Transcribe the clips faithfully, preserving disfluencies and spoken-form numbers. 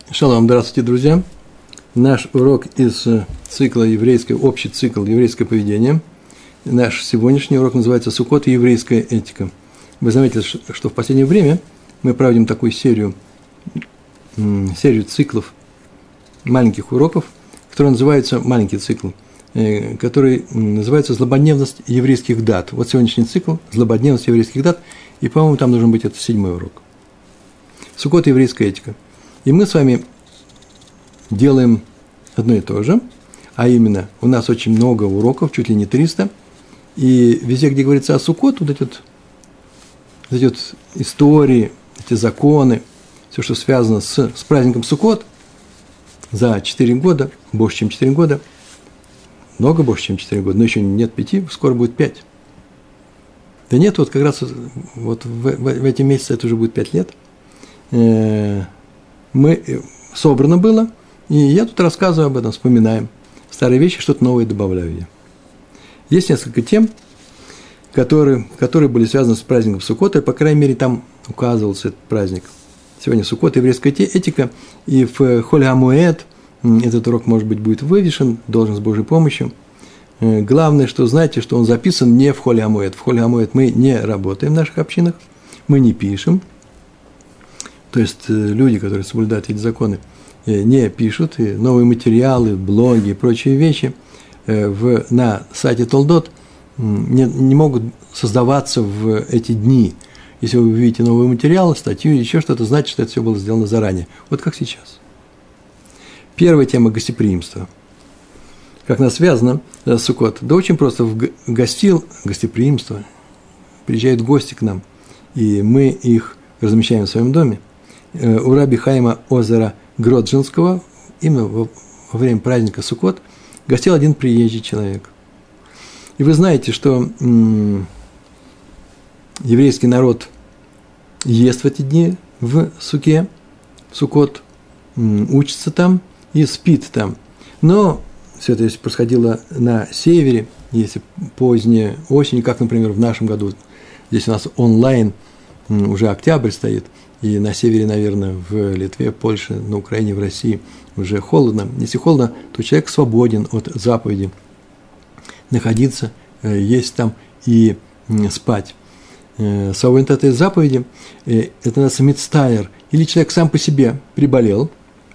Шалом, здравствуйте, друзья. Наш урок из цикла еврейское, общий цикл еврейское поведение. Наш сегодняшний урок называется «Суккот и еврейская этика». Вы заметили, что в последнее время мы проводим такую серию, серию циклов, маленьких уроков, которые называются, маленький цикл, который называется «Злободневность еврейских дат». Вот сегодняшний цикл «Злободневность еврейских дат», и, по-моему, там должен быть это седьмой урок. «Суккот и еврейская этика». И мы с вами делаем одно и то же, а именно, у нас очень много уроков, чуть ли не триста, и везде, где говорится о Суккот, вот эти вот, вот эти вот истории, эти законы, все, что связано с, с праздником Суккот, за четыре года, больше, чем четыре года, много больше, чем четыре года, но еще нет пяти, скоро будет пять. Да нет, вот как раз вот в, в, в эти месяцы это уже будет пять лет. Мы, собрано было, и я тут рассказываю об этом, вспоминаем старые вещи, что-то новое добавляю я. Есть несколько тем, которые, которые были связаны с праздником Суккот, и, по крайней мере, там указывался этот праздник. Сегодня Суккот, еврейская этика, и в Холь ха-Моэд этот урок, может быть, будет вывешен, должен с Божьей помощью. Главное, что знаете, что он записан не в Холь ха-Моэд. В Холь ха-Моэд мы не работаем в наших общинах, мы не пишем. То есть люди, которые соблюдают эти законы, не пишут, и новые материалы, блоги и прочие вещи в, на сайте Толдот не, не могут создаваться в эти дни. Если вы увидите новые материалы, статью или еще что-то, значит, что это все было сделано заранее. Вот как сейчас. Первая тема – гостеприимство. Как она связана с Суккот? Да очень просто. В гостил, гостеприимство, приезжают гости к нам, и мы их размещаем в своем доме. У раби Хаима Озера Гроджинского, именно во время праздника Суккот, гостил один приезжий человек. И вы знаете, что м- еврейский народ ест в эти дни в Суке, в Суккот, м- учится там и спит там. Но все это если происходило на севере, если поздняя осень, как, например, в нашем году, здесь у нас онлайн, м- уже октябрь стоит, и на севере, наверное, в Литве, Польше, на Украине, в России уже холодно. Если холодно, то человек свободен от заповеди находиться, есть там и спать. Свободен от этой заповеди, это называется мицтайр, или человек сам по себе приболел,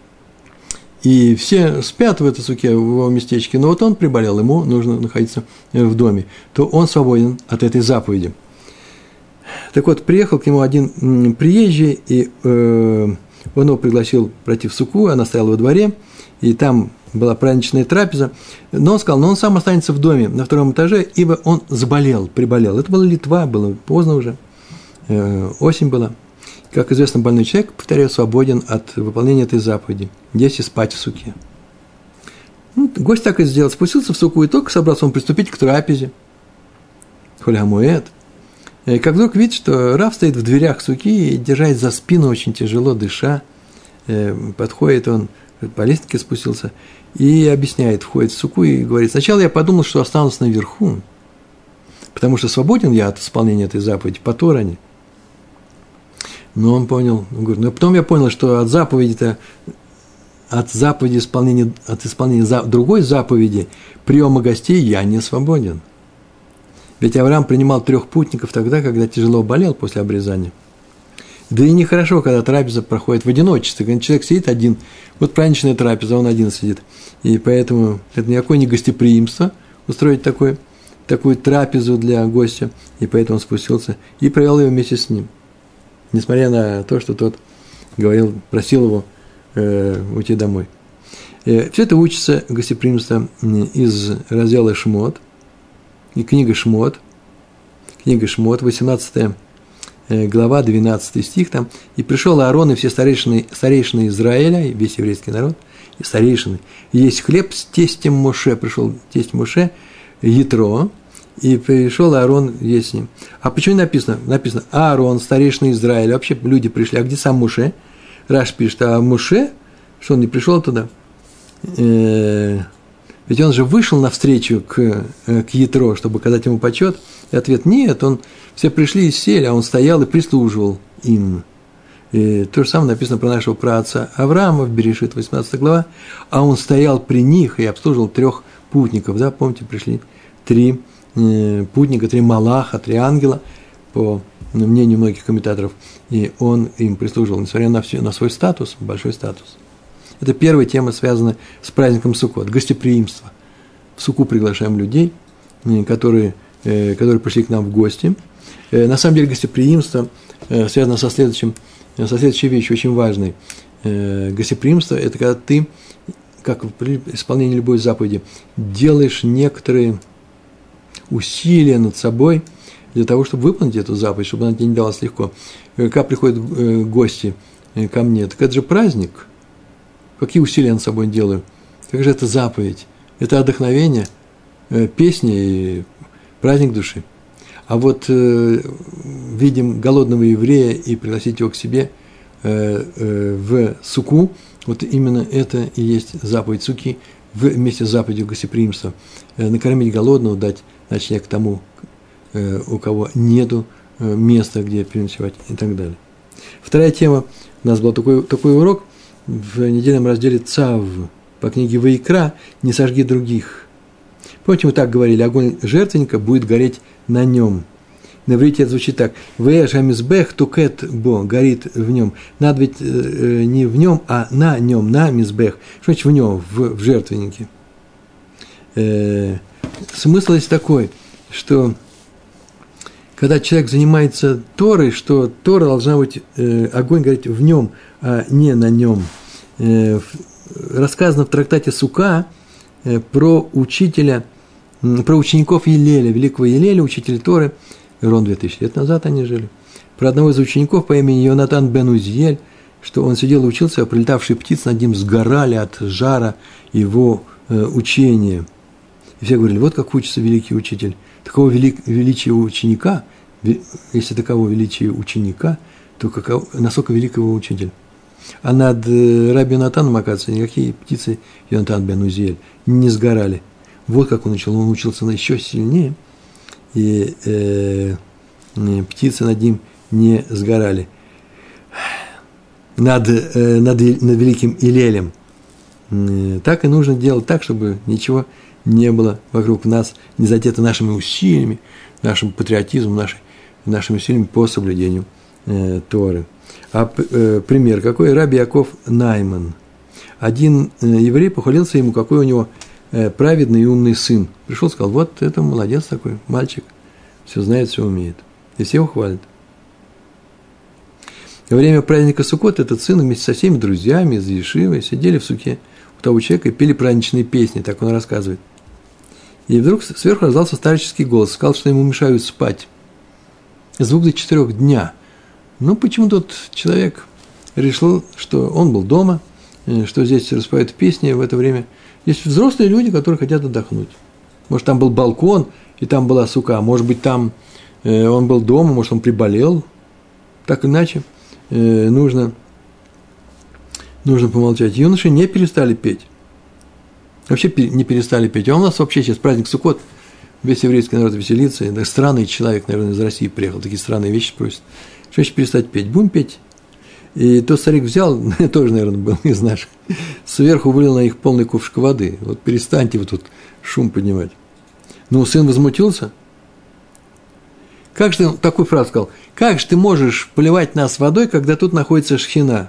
и все спят в этой суке, в его местечке, но вот он приболел, ему нужно находиться в доме, то он свободен от этой заповеди. Так вот, приехал к нему один приезжий, и э, он его пригласил пройти в суку, она стояла во дворе, и там была праздничная трапеза, но он сказал, но он сам останется в доме на втором этаже, ибо он заболел, приболел. Это была Литва, было поздно уже, э, осень была. Как известно, больной человек, повторяю, свободен от выполнения этой заповеди, есть и спать в суке. Ну, гость так и сделал, спустился в суку, и только собрался он приступить к трапезе. Холь ха-Моэд. И как вдруг видит, что рав стоит в дверях суки и, держась за спину, очень тяжело дыша, подходит он, по лестнице спустился, и объясняет, входит в суку и говорит, сначала я подумал, что останусь наверху, потому что свободен я от исполнения этой заповеди, по Торане. Но он понял, он говорит, но потом я понял, что от заповеди-то, от заповеди исполнения, от исполнения другой заповеди, приема гостей я не свободен. Ведь Авраам принимал трех путников тогда, когда тяжело болел после обрезания. Да и нехорошо, когда трапеза проходит в одиночестве, когда человек сидит один, вот праздничная трапеза, он один сидит. И поэтому это никакое не гостеприимство устроить такой, такую трапезу для гостя, и поэтому он спустился и провел ее вместе с ним. Несмотря на то, что тот говорил, просил его э, уйти домой. Э, все это учится гостеприимство из раздела Шмот. И книга Шмот, книга Шмот, восемнадцатая глава, двенадцатый стих там. «И пришел Аарон и все старейшины, старейшины Израиля, и весь еврейский народ, и старейшины, и есть хлеб с тестем Моше». Пришел тесть Моше, Ятро, и пришел Аарон есть с ним. А почему не написано? Написано Аарон, старейшины Израиля. Вообще люди пришли. А где сам Моше? Раш пишет, а Моше, что он не пришел туда? Ведь он же вышел навстречу к, к Ятро, чтобы оказать ему почет. И ответ – нет, он, все пришли и сели, а он стоял и прислуживал им. И то же самое написано про нашего праотца Авраама в Берешит, восемнадцатая глава. А он стоял при них и обслуживал трех путников. Да, помните, пришли три э, путника, три малаха, три ангела, по мнению многих комментаторов. И он им прислуживал, несмотря на, все, на свой статус, большой статус. Это первая тема, связанная с праздником Суккот, гостеприимство. В Сукку приглашаем людей, которые, э, которые пришли к нам в гости. Э, на самом деле гостеприимство э, связано со следующим, со следующей вещью, очень важной. Э, гостеприимство – это когда ты, как при исполнении любой заповеди, делаешь некоторые усилия над собой для того, чтобы выполнить эту заповедь, чтобы она тебе не далась легко. Когда приходят э, гости э, ко мне, так это же праздник. Какие усилия я над собой делаю? Как же это заповедь? Это отдохновение, э, песня и праздник души. А вот э, видим голодного еврея и пригласить его к себе э, э, в Сукку, вот именно это и есть заповедь Сукки, вместе с заповедью гостеприимства. Э, накормить голодного, дать ночлег тому, э, у кого нету э, места, где переночевать и так далее. Вторая тема, у нас был такой, такой урок в недельном разделе Цав по книге Ваикра «Не сожги других». Помните, мы так говорили, огонь жертвенника будет гореть на нем. На иврите это звучит так: «Вэш амизбех тукет бо» – горит в нем. Надо ведь э, не в нем, а на нем, на мизбех. Что значит в нем, в, в жертвеннике? Э, смысл есть такой, что когда человек занимается Торой, что Тора должна быть, э, огонь гореть в нем, а не на нем. Э, рассказано в трактате Сукка э, про учителя, э, про учеников Елеля, великого Елеля, учителя Торы, ровно две тысячи лет назад они жили, про одного из учеников по имени Йонатан бен Узиель, что он сидел и учился, а прилетавшие птицы над ним сгорали от жара его э, учения. И все говорили: вот как учится великий учитель. Такого велик, величия ученика, если таково величие ученика, то каков, насколько велик его учитель. А над раби Йонатаном, оказывается, никакие птицы Йонатан бен Узиель не сгорали. Вот как он учил. Он учился еще сильнее, и э, птицы над ним не сгорали. Над, э, над, над великим Илелем. Э, так и нужно делать так, чтобы ничего не было вокруг нас, не задето нашими усилиями, нашим патриотизмом, нашей, нашими усилиями по соблюдению э, Торы. А э, пример какой? Раби Яков Найман. Один э, еврей похвалился ему, какой у него э, праведный и умный сын. Пришел и сказал: вот это молодец такой, мальчик, все знает, все умеет. И все его хвалят. Во время праздника Суккот этот сын вместе со всеми друзьями из Ешивы сидели в суке у того человека и пели праздничные песни, так он рассказывает. И вдруг сверху раздался старческий голос, сказал, что ему мешают спать. Звук до четырех дня. Ну, почему тот человек решил, что он был дома, что здесь распевают песни в это время. Есть взрослые люди, которые хотят отдохнуть. Может, там был балкон, и там была сука. Может быть, там он был дома, может, он приболел. Так иначе нужно, нужно помолчать. Юноши не перестали петь. Вообще не перестали петь. А у нас вообще сейчас праздник Суккот. Весь еврейский народ веселится. И странный человек, наверное, из России приехал. Такие странные вещи просит. Что значит перестать петь? Будем петь. И тот старик взял, тоже, наверное, был из наших, сверху вылил на них полный ковшик воды. Вот перестаньте вы тут шум поднимать. Ну, сын возмутился. Как же ты, такую фразу сказал: как же ты можешь поливать нас водой, когда тут находится шхина?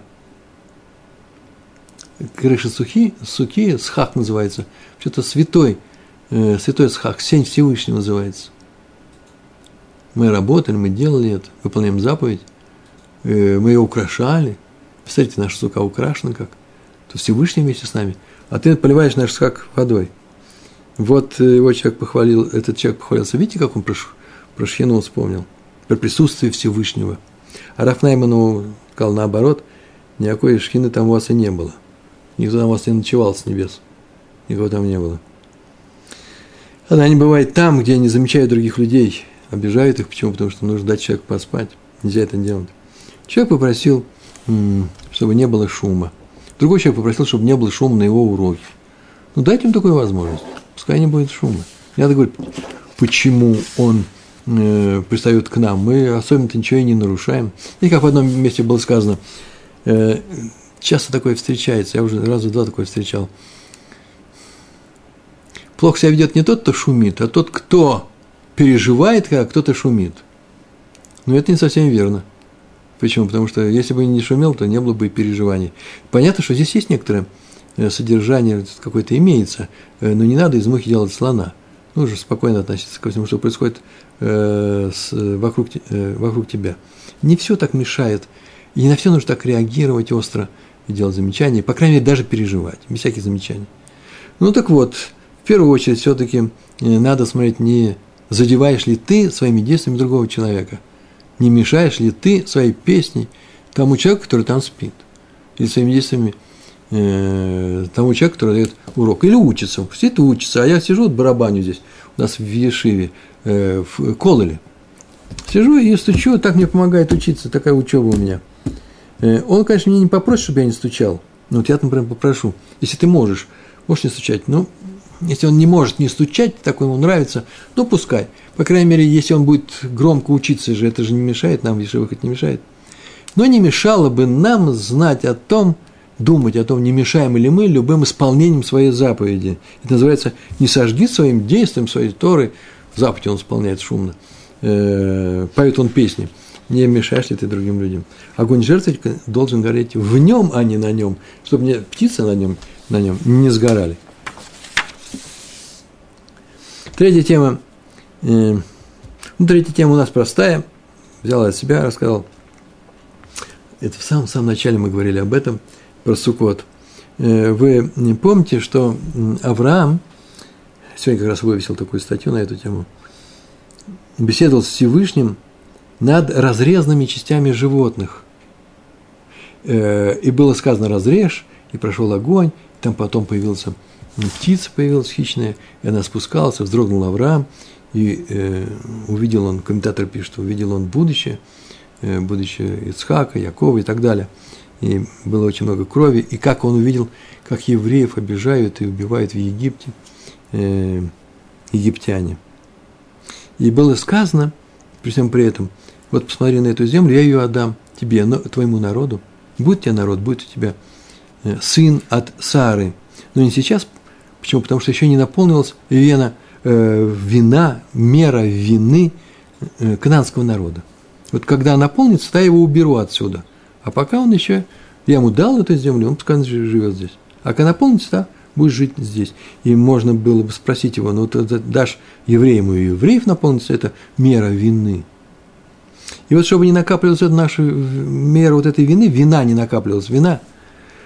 Крыша сухи, суки, схах называется. Что-то святой, э, святой схах, сень Всевышнего называется. Мы работали, мы делали это, выполняем заповедь, э, мы ее украшали. Представляете, наша сука украшена как. То Всевышний вместе с нами. А ты поливаешь наш схах водой. Вот его человек похвалил, этот человек похвалился. Видите, как он про, про шхину вспомнил? Про присутствие Всевышнего. А Рав Найману сказал наоборот: никакой шхины там у вас и не было. Никто там у вас не ночевал с небес. Никого там не было. Она не бывает там, где не замечают других людей, обижают их. Почему? Потому что нужно дать человеку поспать. Нельзя это делать. Человек попросил, чтобы не было шума. Другой человек попросил, чтобы не было шума на его уроке. Ну, дайте им такую возможность. Пускай не будет шума. Не надо говорить, почему он э, пристают к нам, мы особенно-то ничего и не нарушаем. И как в одном месте было сказано, э, часто такое встречается, я уже раза два такое встречал. Плохо себя ведет не тот, кто шумит, а тот, кто переживает, когда кто-то шумит. Но это не совсем верно. Почему? Потому что если бы не шумел, то не было бы и переживаний. Понятно, что здесь есть некоторое содержание, какое-то имеется, но не надо из мухи делать слона. Нужно спокойно относиться ко всему, что происходит э, с, вокруг, э, вокруг тебя. Не все так мешает, и не на все нужно так реагировать остро и делать замечания, по крайней мере, даже переживать, без всяких замечаний. Ну так вот, в первую очередь, все-таки надо смотреть, не задеваешь ли ты своими действиями другого человека, не мешаешь ли ты своей песней тому человеку, который там спит, или своими действиями э, тому человеку, который дает урок, или учится, сидит и учится, а я сижу, вот барабаню здесь, у нас в Ешиве, э, в Кололе, сижу и стучу, так мне помогает учиться, такая учеба у меня. Э, он, конечно, меня не попросит, чтобы я не стучал, но вот я, например, попрошу, если ты можешь, можешь не стучать, ну, если он не может не стучать, так ему нравится, ну, пускай. По крайней мере, если он будет громко учиться же, это же не мешает нам, в Ешивах это не мешает. Но не мешало бы нам знать о том, думать о том, не мешаем ли мы любым исполнением своей заповеди. Это называется «не сожги своим действием своей Торы». Заповедь он исполняет шумно. Э, поет он песни. Не мешаешь ли ты другим людям? Огонь жертвы должен гореть в нем, а не на нем, чтобы не птицы на нем, на нем не сгорали. Третья тема, э, ну, третья тема у нас простая, взял от себя, рассказал. Это в самом-самом начале мы говорили об этом, про Суккот. Э, вы помните, что Авраам, сегодня как раз вывесил такую статью на эту тему, беседовал с Всевышним над разрезанными частями животных. Э, и было сказано «разрежь», и прошел огонь, и там потом появился птица появилась хищная, и она спускалась, вздрогнул Авраам, и э, увидел он, комментатор пишет, что увидел он будущее, э, будущее Ицхака, Якова и так далее. И было очень много крови, и как он увидел, как евреев обижают и убивают в Египте э, египтяне. И было сказано, при всем при этом, вот посмотри на эту землю, я ее отдам тебе, но, твоему народу, будет у тебя народ, будет у тебя э, сын от Сары, но не сейчас. Почему? Потому что еще не наполнилась вена, э, вина, мера вины э, кананского народа. Вот когда наполнится, то я его уберу отсюда. А пока он еще, я ему дал эту землю, он пускай живет здесь. А когда наполнится, то будешь жить здесь. И можно было бы спросить его, ну, ты дашь евреям, и евреев наполнится, это мера вины. И вот чтобы не накапливалась эта наша мера вот этой вины, вина не накапливалась, вина –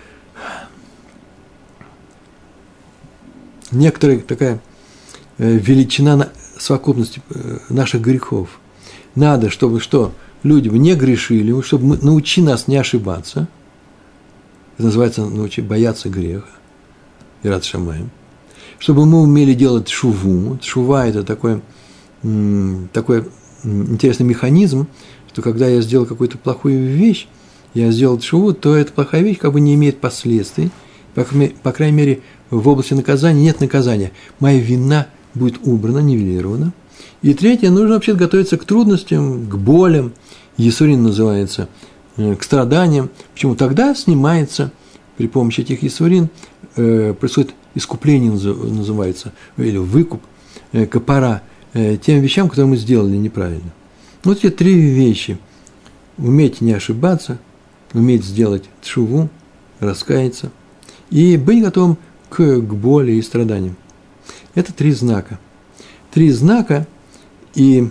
некоторая такая величина совокупности наших грехов. Надо, чтобы что? Люди не грешили, чтобы научи нас не ошибаться. Это называется научи бояться греха. Ират Шамаим. Чтобы мы умели делать шуву. Шува – это такой, такой интересный механизм, что когда я сделал какую-то плохую вещь, я сделал шуву, то эта плохая вещь как бы не имеет последствий. По крайней мере, в области наказания нет наказания. Моя вина будет убрана, нивелирована. И третье, нужно вообще готовиться к трудностям, к болям. Есурин называется, к страданиям. Почему? Тогда снимается, при помощи этих есурин, происходит искупление, называется, или выкуп, капара, тем вещам, которые мы сделали неправильно. Вот эти три вещи. Уметь не ошибаться, уметь сделать тшуву, раскаяться, и быть готовым к, к боли и страданиям. Это три знака. Три знака, и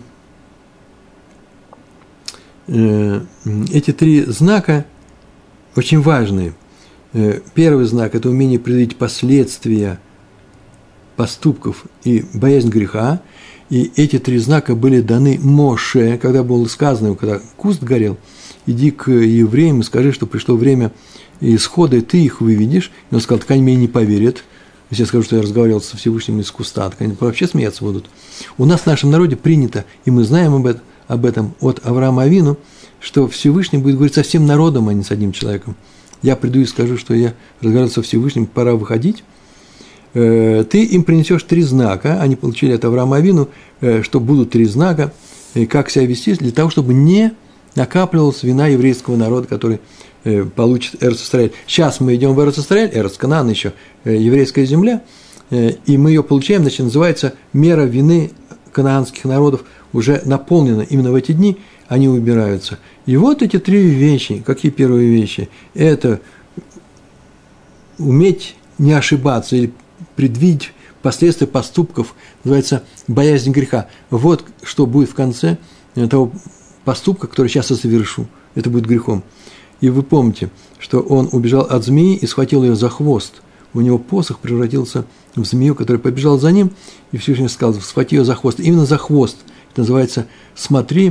э, эти три знака очень важные. Э, первый знак – это умение предвидеть последствия поступков и боязнь греха. И эти три знака были даны Моше, когда было сказано, когда куст горел, иди к евреям и скажи, что пришло время исхода, и ты их выведешь. И он сказал, так они мне не поверят, если я скажу, что я разговаривал со Всевышним из куста, так они вообще смеяться будут. У нас в нашем народе принято, и мы знаем об этом, об этом от Авраама Авину, что Всевышний будет говорить со всем народом, а не с одним человеком. Я приду и скажу, что я разговаривал со Всевышним, пора выходить. Ты им принесешь три знака, они получили от Авраама Авину, что будут три знака, как себя вести для того, чтобы не накапливалась вина еврейского народа, который получит Эрец-Исраэль. Сейчас мы идем в Эрец-Исраэль, Эрец-Канаан еще, еврейская земля, и мы ее получаем, значит, называется мера вины канаанских народов уже наполнена. Именно в эти дни они убираются. И вот эти три вещи. Какие первые вещи? Это уметь не ошибаться или предвидеть последствия поступков, называется боязнь греха. Вот что будет в конце того поступка, который сейчас я совершу. Это будет грехом. И вы помните, что он убежал от змеи и схватил ее за хвост. У него посох превратился в змею, которая побежала за ним, и Всевышний сказал: схвати ее за хвост. Именно за хвост. Это называется «смотри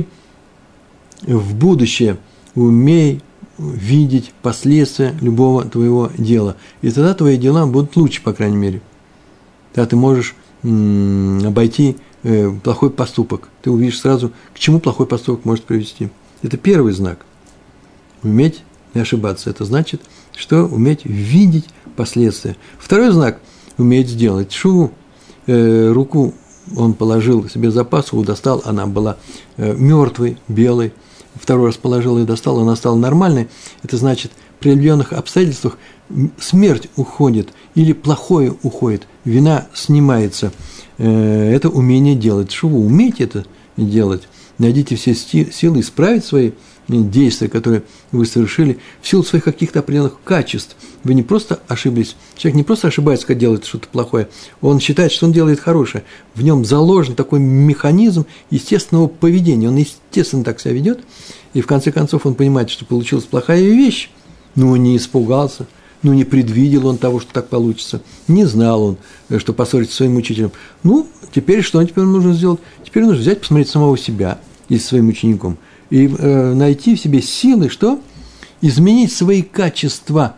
в будущее, умей видеть последствия любого твоего дела». И тогда твои дела будут лучше, по крайней мере. Тогда ты можешь м- обойти э, плохой поступок. Ты увидишь сразу, к чему плохой поступок может привести. Это первый знак. Уметь не ошибаться. Это значит, что уметь видеть последствия. Второй знак – уметь сделать шуву. Э, руку он положил себе за пасуху, достал, она была э, мертвой, белой. Второй раз положил и достал, она стала нормальной. Это значит, при определенных обстоятельствах смерть уходит или плохое уходит, вина снимается. Э, это умение делать шуву. Умейте это делать. Найдите все силы исправить свои действия, которые вы совершили, в силу своих каких-то определенных качеств. Вы не просто ошиблись. Человек не просто ошибается, когда делает что-то плохое. Он считает, что он делает хорошее. В нем заложен такой механизм естественного поведения. Он естественно так себя ведет. И в конце концов он понимает, что получилась плохая вещь. Но он не испугался. Ну, не предвидел он того, что так получится. Не знал он, что поссорится со своим учителем. Ну, теперь что теперь нужно сделать? Теперь нужно взять, посмотреть самого себя и своим учеником. И э, найти в себе силы, что? Изменить свои качества,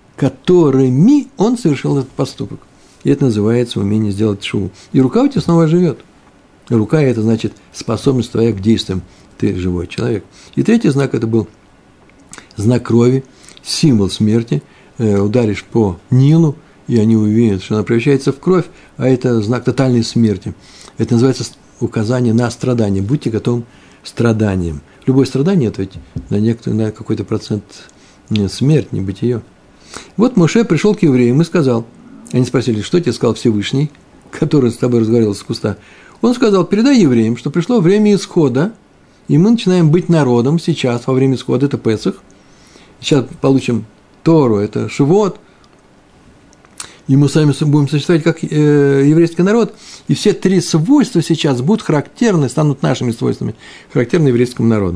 которыми он совершил этот поступок. И это называется умение сделать шуву. И рука у тебя снова живет. Рука – это значит способность твоя к действиям. Ты живой человек. И третий знак – это был знак крови, символ смерти. Э, ударишь по Нилу, и они увидят, что она превращается в кровь, а это знак тотальной смерти. Это называется указание на страдание. Будьте готовы к страданиям. Любое страдание – это ведь на, некоторый, на какой-то процент смерть, небытие. Вот Моше пришел к евреям и сказал, они спросили, что тебе сказал Всевышний, который с тобой разговаривал с куста. Он сказал: передай евреям, что пришло время исхода, и мы начинаем быть народом сейчас, во время исхода, это Песах. Сейчас получим Тору, это Шивот, и мы сами будем существовать как э, еврейский народ, и все три свойства сейчас будут характерны, станут нашими свойствами, характерны еврейскому народу.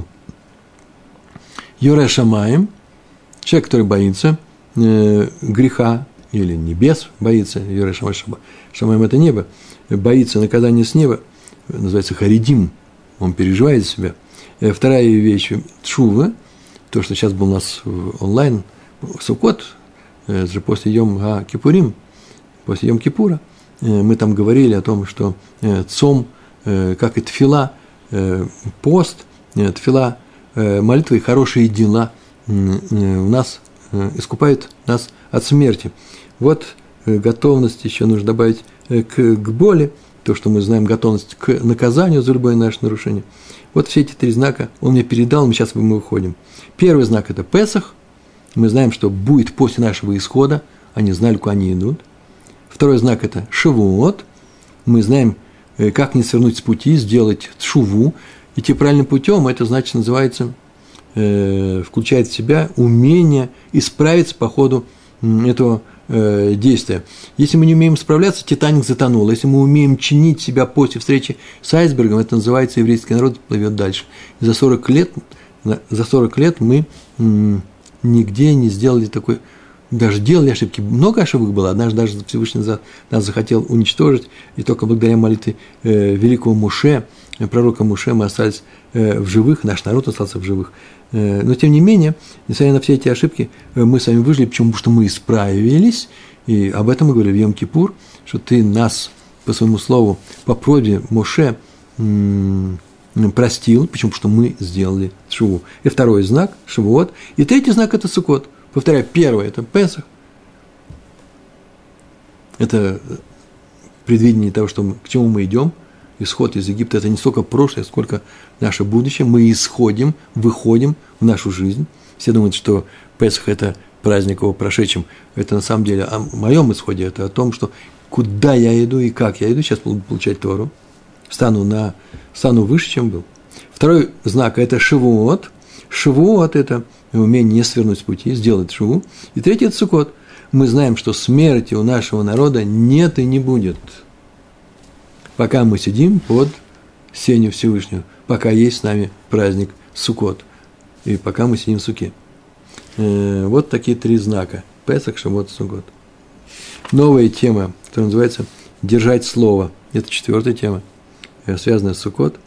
Йорэ Шамаим, человек, который боится э, греха или небес, боится, Йорэ Шамаим – это небо, боится наказания с неба, называется харидим, он переживает за себя. Э, вторая вещь – тшува, то, что сейчас был у нас онлайн, Суккот, это же после Йом-Кипурим, после Йом-Кипура, мы там говорили о том, что цом, как и тфила, пост, тфила, молитва и хорошие дела у нас искупают нас от смерти. Вот готовность еще нужно добавить к, к боли, то, что мы знаем, готовность к наказанию за любое наше нарушение. Вот все эти три знака он мне передал, мы сейчас мы выходим. Первый знак – это Песах. Мы знаем, что будет после нашего исхода. Они знали, куда они идут. Второй знак – это Шавуот. Мы знаем, как не свернуть с пути, сделать шуву. Идти правильным путем – это, значит, называется, э, включает в себя умение исправиться по ходу этого э, действия. Если мы не умеем справляться, Титаник затонул. Если мы умеем чинить себя после встречи с айсбергом, это называется, еврейский народ плывет дальше. И за сорок лет, за сорок лет мы м, нигде не сделали такой, даже делали ошибки. Много ошибок было. Однажды даже Всевышний нас захотел уничтожить, и только благодаря молитве э, великого Моше, пророка Моше, мы остались э, в живых, наш народ остался в живых. Э, но, тем не менее, несмотря на все эти ошибки, э, мы с вами выжили. Почему? Потому что мы исправились, и об этом мы говорили в Йом-Кипур, что ты нас, по своему слову, по просьбе Моше м- простил. Почему? Потому что мы сделали шуву. И второй знак – Шавуот. И третий знак – это Суккот. Повторяю, первый – это Песах. Это предвидение того, что мы, к чему мы идем. исход из Египта – это не столько прошлое, сколько наше будущее. Мы исходим, выходим в нашу жизнь. Все думают, что Песах – это праздник о прошедшем. Это на самом деле о моем исходе, это о том, что куда я иду и как я иду. Сейчас буду получать Тору. Стану, на, стану выше, чем был. Второй знак – это Шавуот. Шавуот – это умение не свернуть с пути, сделать шаву. И третий – это Суккот. Мы знаем, что смерти у нашего народа нет и не будет, пока мы сидим под сенью Всевышнего, пока есть с нами праздник Суккот, и пока мы сидим в суке. Э, вот такие три знака – Песах, Шавуот, Суккот. Новая тема, которая называется «Держать слово». Это четвертая тема, связанная с Суккот.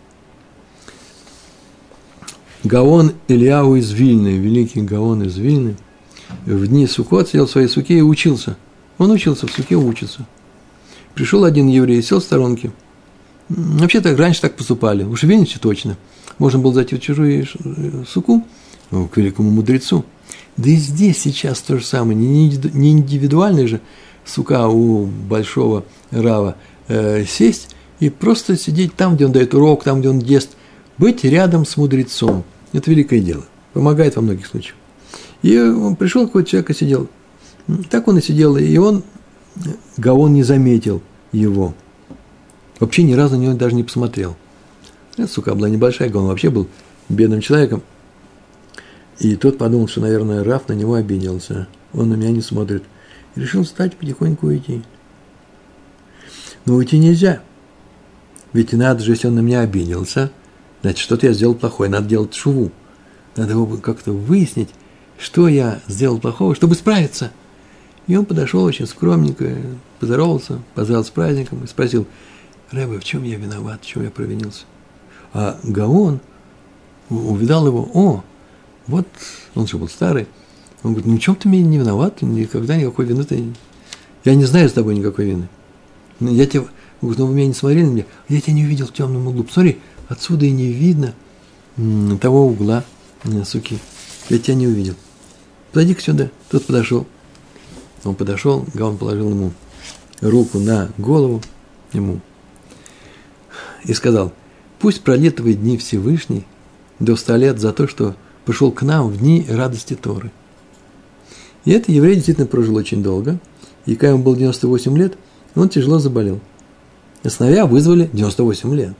Гаон Ильяу из Вильны, великий Гаон из Вильны, в дни Суккот сидел в своей суке и учился. Он учился, в суке учится. Пришел один еврей, сел в сторонке. Вообще так раньше так поступали, уж в Вильнюсе точно. Можно было зайти в чужую суку, ну, к великому мудрецу. Да и здесь сейчас то же самое, не индивидуальная же сука у большого рава, э, сесть и просто сидеть там, где он дает урок, там, где он ест, быть рядом с мудрецом. Это великое дело, помогает во многих случаях. И он пришел какой-то человек и сидел. Так он и сидел, и он, Гаон, не заметил его. Вообще ни разу на него даже не посмотрел. Эта сука была небольшая, Гаон вообще был бедным человеком. И тот подумал, что, наверное, Рав на него обиделся. Он на меня не смотрит. И решил встать, потихоньку уйти. Но уйти нельзя. Ведь надо же, если он на меня обиделся, значит, что-то я сделал плохое, надо делать шуву. Надо его как-то выяснить, что я сделал плохого, чтобы справиться. И он подошел очень скромненько, поздоровался, поздравил с праздником и спросил: «Рэбе, в чем я виноват, в чем я провинился?» А Гаон увидал его: «О, вот, он же был старый». Он говорит: «Ну, в чем ты меня не виноват, никогда никакой вины ты... Я не знаю с тобой никакой вины. Я тебе... Он говорит: ну, вы меня не смотрели на меня, я тебя не увидел в темном углу. Посмотри, отсюда и не видно м, того угла суки. Я тебя не увидел. Подойди-ка сюда». Тот подошел. Он подошел, Гаон положил ему руку на голову ему и сказал: «Пусть пролет твои дни Всевышний до ста лет за то, что пришел к нам в дни радости Торы». И этот еврей действительно прожил очень долго, и когда ему было девяносто восемь лет, он тяжело заболел. И сыновья вызвали, девяносто восемь лет,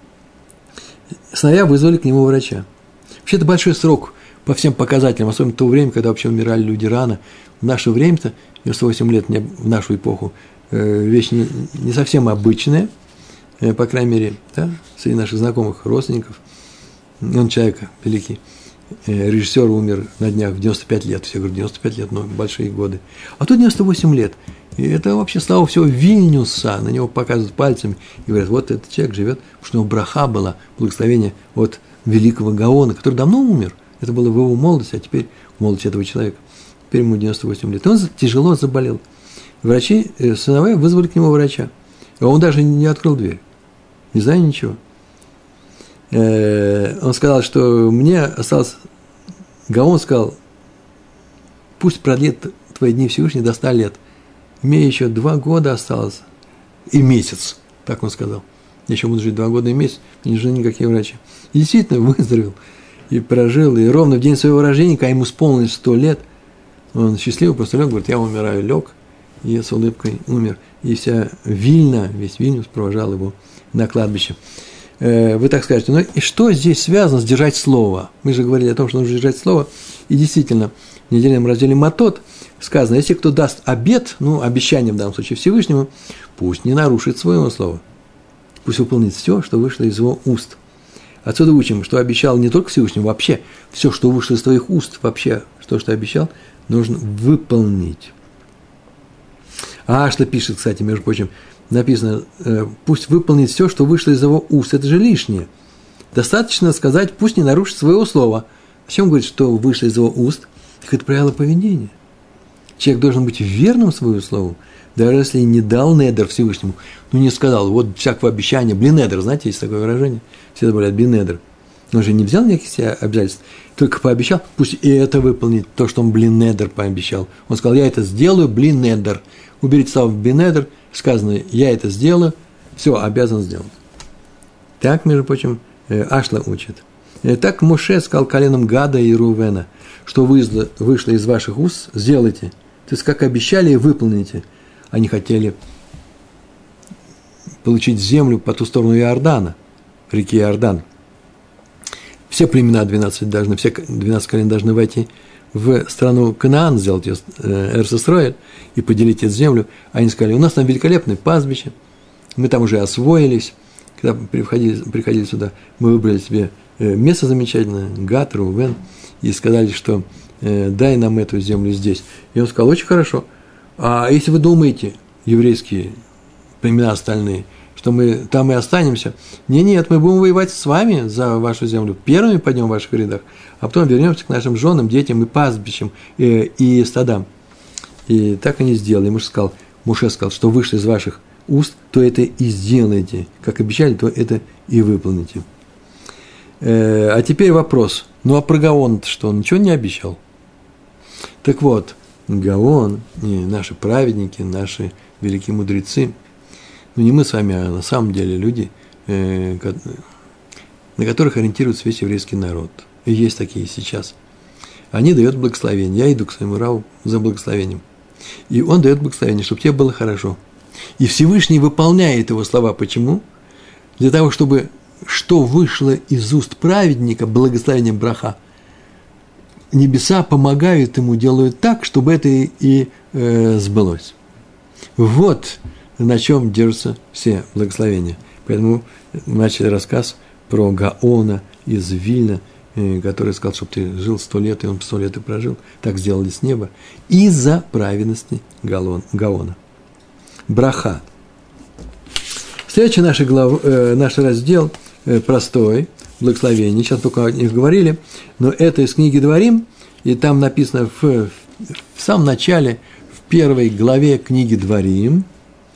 сыновья вызвали к нему врача. Вообще, это большой срок по всем показателям, особенно в то время, когда вообще умирали люди рано. В наше время-то, девяносто восемь лет, в нашу эпоху, вещь не, не совсем обычная, по крайней мере, да, среди наших знакомых, родственников. Он человек великий, режиссер, умер на днях в девяносто пять лет. Все говорят: девяносто пять лет, но большие годы. А тут девяносто восемь лет. И это вообще, слава всего, Вильнюса. На него показывают пальцами и говорят: вот этот человек живет, потому что у него браха была, благословение от великого Гаона, который давно умер. Это было в его молодости, а теперь в молодости этого человека. Теперь ему девяносто восемь лет. И он тяжело заболел. Врачи, сыновья вызвали к нему врача. А он даже не открыл дверь. Не знаю ничего. Он сказал, что мне осталось... Гаон сказал: пусть продлит твои дни Всевышний до ста лет. Мне еще два года осталось и месяц, так он сказал. Я еще буду жить два года и месяц, не нужны никакие врачи. И действительно выздоровел, и прожил, и ровно в день своего рождения, когда ему исполнилось сто лет, он счастливый просто лег, говорит: я умираю, лег, и с улыбкой умер. И вся Вильна, весь Вильнюс провожал его на кладбище. Вы так скажете: ну и что здесь связано с держать слово? Мы же говорили о том, что нужно держать слово, и действительно, в недельном разделе Матот сказано: если кто даст обет, ну, обещание в данном случае Всевышнему, пусть не нарушит своего слова, пусть выполнит все, что вышло из его уст. Отсюда учим, что обещал не только Всевышнему, вообще, все, что вышло из твоих уст, вообще, то, что обещал, нужно выполнить. А что пишет, кстати, между прочим, написано: пусть выполнит все, что вышло из его уст. Это же лишнее. Достаточно сказать: пусть не нарушит своего слова. Зачем говорит, что вышло из его уст? Так это правило поведения. Человек должен быть верным своему слову, даже если не дал недер Всевышнему. Ну, не сказал: вот всякого обещания, блин, недер, знаете, есть такое выражение, все добавляют блин, недер. Он же не взял никаких себе обязательств, только пообещал, пусть и это выполнит, то, что он блин, недер пообещал. Он сказал: я это сделаю, блин, недер. Уберите слово блин, недер, сказано: я это сделаю, все, обязан сделать. Так, между прочим, Ашла учит. Так Моше сказал коленам Гада и Рувена, что вышло из ваших уст, сделайте. То есть, как обещали, и выполните. Они хотели получить землю по ту сторону Иордана, реки Иордан. Все племена двенадцать должны, все двенадцать колен должны войти в страну Канаан, сделать ее Эрец-Исроэль и поделить эту землю. Они сказали, у нас там великолепное пастбище, мы там уже освоились. Когда приходили, приходили сюда, мы выбрали себе место замечательное, Гад, Рувен, и сказали, что э, дай нам эту землю здесь. И он сказал, очень хорошо. А если вы думаете, еврейские племена остальные, что мы там и останемся, нет, нет, мы будем воевать с вами за вашу землю, первыми пойдем в ваших рядах, а потом вернемся к нашим женам, детям и пастбищам, и, и стадам. И так они сделали. И Моше сказал, Моше сказал, что вышло из ваших уст, то это и сделайте. Как обещали, то это и выполните. Э, а теперь вопрос. Ну, а про Гаон-то что? Он ничего не обещал? Так вот, Гаон, не, наши праведники, наши великие мудрецы, ну, не мы с вами, а на самом деле люди, э, на которых ориентируется весь еврейский народ. И есть такие сейчас. Они дают благословение. Я иду к своему раву за благословением. И он дает благословение, чтобы тебе было хорошо. И Всевышний выполняет его слова. Почему? Для того, чтобы что вышло из уст праведника, благословением браха, небеса помогают ему, делают так, чтобы это и, и э, сбылось. Вот на чем держатся все благословения. Поэтому начали рассказ про Гаона из Вильна, э, который сказал, чтобы ты жил сто лет, и он сто лет и прожил. Так сделали с неба. Из-за праведности Гаон, Гаона. Браха. Следующий наш, глав, э, наш раздел э, простой, благословение. Сейчас только о них говорили, но это из книги Дворим, и там написано в, в самом начале, в первой главе книги Дворим,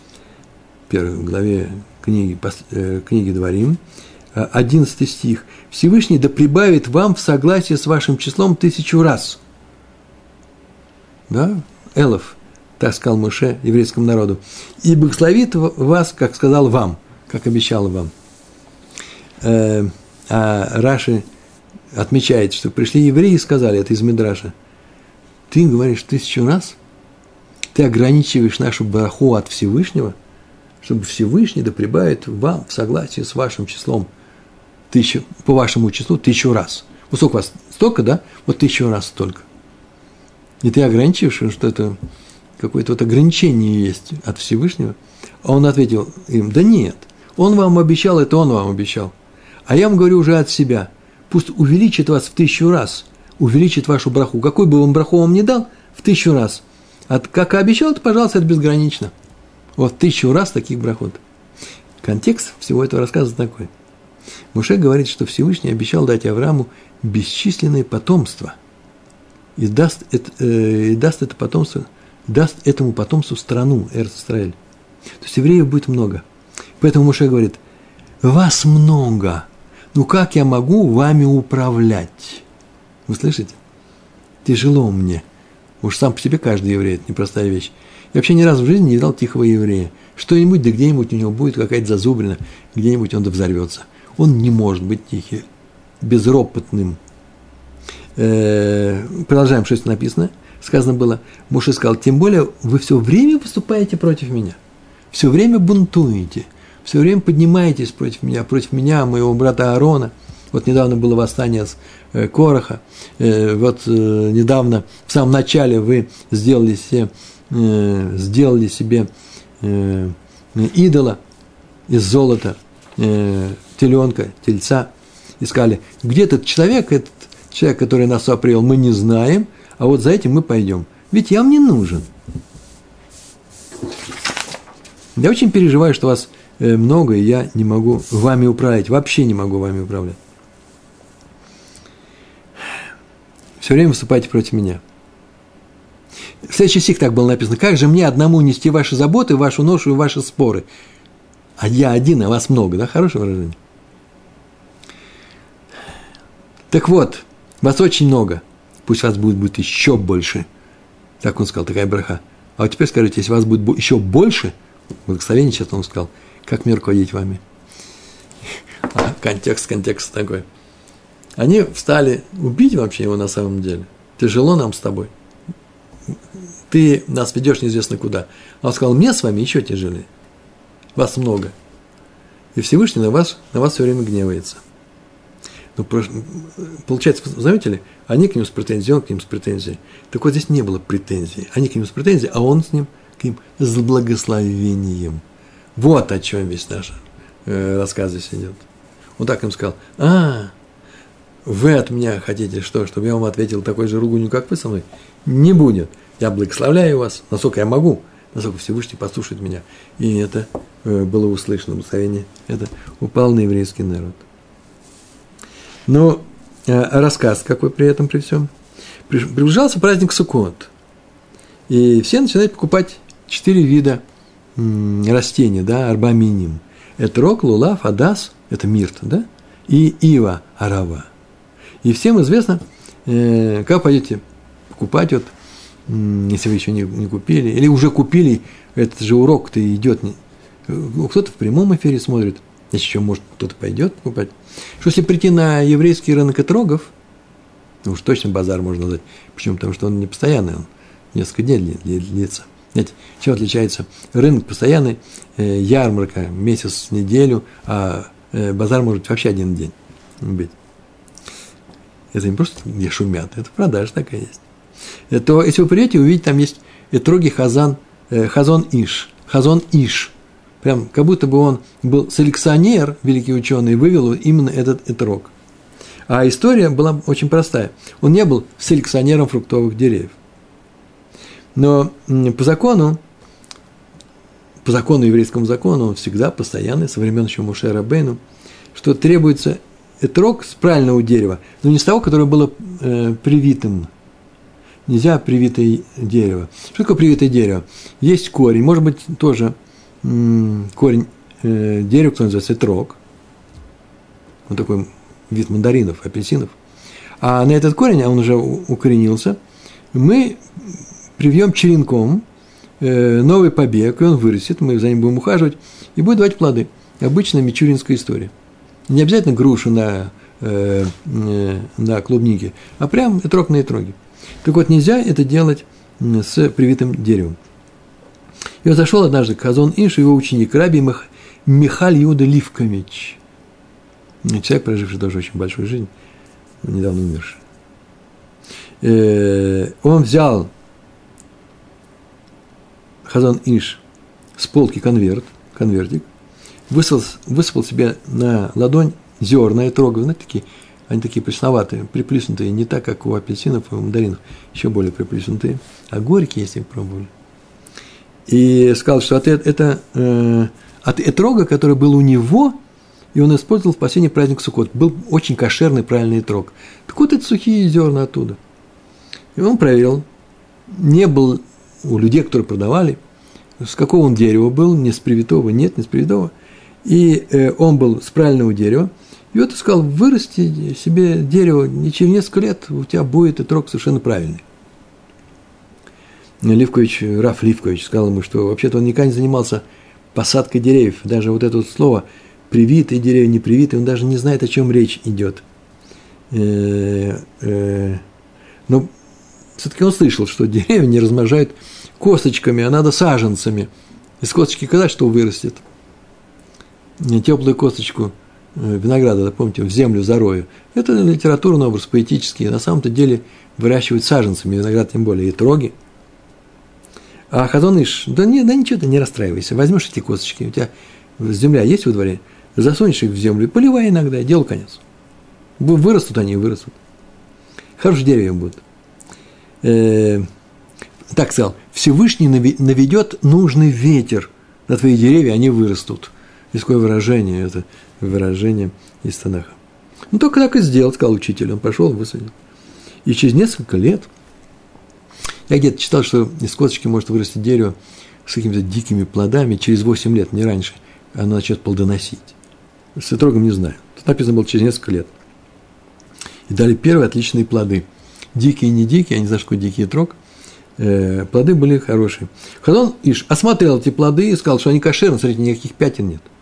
в первой главе книги, э, книги Дворим, одиннадцатый стих. Всевышний да прибавит вам в согласии с вашим числом тысячу раз. Да? Элов. Так сказал Моше еврейскому народу. И благословит вас, как сказал вам, как обещал вам. Э, а Раши отмечает, что пришли евреи и сказали, это из Мидраша, ты говоришь тысячу раз, ты ограничиваешь нашу бараху от Всевышнего, чтобы Всевышний да прибавит вам в согласии с вашим числом, тысячу, по вашему числу тысячу раз. Вот сколько у вас? Столько, да? Вот тысячу раз столько. И ты ограничиваешь, что это какое-то вот ограничение есть от Всевышнего. А он ответил им, да нет, он вам обещал, это он вам обещал. А я вам говорю уже от себя, пусть увеличит вас в тысячу раз, увеличит вашу браху. Какой бы он браху вам ни дал, в тысячу раз. А как и обещал, то, пожалуйста, это безгранично. Вот в тысячу раз таких брахот. Контекст всего этого рассказа такой. Моше говорит, что Всевышний обещал дать Аврааму бесчисленное потомство. И даст это, э, и даст это потомство, даст этому потомству страну, Эрец-Исроэль. То есть евреев будет много. Поэтому Моше говорит, вас много, ну как я могу вами управлять? Вы слышите? Тяжело мне. Уж сам по себе каждый еврей, это непростая вещь. Я вообще ни разу в жизни не видал тихого еврея. Что-нибудь, да где-нибудь у него будет какая-то зазубрина, где-нибудь он да взорвется. Он не может быть тихим, безропотным. Э-э- продолжаем, что здесь написано. Сказано было, Моше сказал, тем более вы все время выступаете против меня, все время бунтуете, все время поднимаетесь против меня, против меня, моего брата Аарона. Вот недавно было восстание с э, Кораха, э, вот э, недавно, в самом начале вы сделали себе, э, сделали себе э, идола из золота, э, теленка, тельца, и сказали, где этот человек, этот человек, который нас сопрел, мы не знаем, а вот за этим мы пойдем. Ведь я вам не нужен. Я очень переживаю, что вас много, и я не могу вами управлять. Вообще не могу вами управлять. Все время выступайте против меня. В следующий стих так было написано. Как же мне одному нести ваши заботы, вашу ношу и ваши споры? А я один, а вас много. Да, хорошее выражение. Так вот, вас очень много. Пусть вас будет, будет еще больше. Так он сказал, такая браха. А вот теперь скажите, если вас будет еще больше, благословение сейчас он сказал, как мне руководить вами? А, контекст, контекст такой. Они встали убить вообще его на самом деле. Тяжело нам с тобой. Ты нас ведешь неизвестно куда. А он сказал, мне с вами еще тяжелее. Вас много. И Всевышний на вас, на вас все время гневается. Ну, получается, заметили, они к нему с претензией, он к ним с претензией. Так вот здесь не было претензий. Они к нему с претензией, а он с ним к ним с благословением. Вот о чем весь наш э, рассказ здесь идет. Он так им сказал, а, вы от меня хотите что, чтобы я вам ответил такой же ругунью, как вы со мной? Не будет. Я благословляю вас, насколько я могу, насколько Всевышний послушает меня. И это э, было услышано, благословение, это упал на еврейский народ. Но э, рассказ какой при этом, при всем? Приближался праздник Суккот. И все начинают покупать четыре вида м, растения, да, арбаминим. Этрог, лулав, адас, это мирт, да, и ива, арава. И всем известно, э, как пойдете покупать, вот, м, если вы еще не, не купили, или уже купили, этот же урок-то идет, не, кто-то в прямом эфире смотрит, если еще, может, кто-то пойдет покупать. Что если прийти на еврейский рынок этрогов, ну уж точно базар можно назвать. Почему? Потому что он не постоянный, он несколько дней длится. Знаете, чем отличается рынок постоянный, э, ярмарка месяц, неделю, а э, базар может вообще один день быть. Это не просто где шумят, это продажа такая есть. То если вы придете, увидите, там есть этроги хазан, э, хазон иш, хазон иш. Прям как будто бы он был селекционер, великий ученый, вывел именно этот этрог. А история была очень простая. Он не был селекционером фруктовых деревьев. Но по закону, по закону, еврейскому закону, он всегда постоянный, со времен еще Моше Рабейну, что требуется этрог с правильного дерева, но не с того, которое было э, привитым. Нельзя привитое дерево. Что такое привитое дерево? Есть корень, может быть, тоже м, корень э, дерева, который называется этрог. Вот такой вид мандаринов, апельсинов. А на этот корень, он уже укоренился, мы привьем черенком э, новый побег, и он вырастет, мы за ним будем ухаживать, и будет давать плоды. Обычная мичуринская история. Не обязательно груши на, э, э, на клубнике, а прям этрог на этроге. Так вот, нельзя это делать с привитым деревом. И вот зашел однажды Хазон Иш, его ученик, раби Михаль Иуда Ливкович. Человек, проживший тоже очень большую жизнь, недавно умерший. Э, он взял Хазон Иш с полки конверт, конвертик, высыпал, высыпал себе на ладонь зерна этроговые, знаете, такие, они такие пресноватые, приплюснутые, не так, как у апельсинов и у мандаринов, еще более приплюснутые, а горькие, если пробовали. И сказал, что от, это, э, от этрога, который был у него, и он использовал в последний праздник Суккот, был очень кошерный, правильный этрог. Так вот, это сухие зерна оттуда. И он проверил, не был у людей, которые продавали, с какого он дерева был, не с привитого, нет, не с привитого. И э, он был с правильного дерева. И вот он сказал, вырасти себе дерево, и через несколько лет у тебя будет этрог совершенно правильный. Ливкович, Раф Ливкович сказал ему, что вообще-то он никогда не занимался посадкой деревьев. Даже вот это вот слово привитые деревья, непривитые, он даже не знает, о чем речь идет. Э, э, но все-таки он слышал, что деревья не размножают косточками, а надо саженцами. Из косточки когда что вырастет? Теплую косточку винограда, да, помните, в землю зарою. Это литературный образ, поэтический. На самом-то деле выращивают саженцами, виноград тем более, и троги. А Хазон Иш, да, не, да ничего ты не расстраивайся, возьмешь эти косточки, у тебя земля есть во дворе, засунешь их в землю, поливай иногда, делу конец. Вырастут они, вырастут. Хорошие деревья будут. Э, так сказал, Всевышний наведет нужный ветер на твои деревья, они вырастут. Есть такое выражение, это выражение из Танаха. Ну, только так и сделал, сказал учитель, он пошел, высадил. И через несколько лет, я где-то читал, что из косточки может вырасти дерево с какими-то дикими плодами, через восемь лет, не раньше, оно начнет плодоносить. С этрогом не знаю. Тут написано было через несколько лет. И дали первые отличные плоды. Дикие и не дикие, я не знаю, что такое дикий этрог. Э, плоды были хорошие. Хазон Иш осмотрел эти плоды и сказал, что они кошерные, смотрите, никаких пятен нет.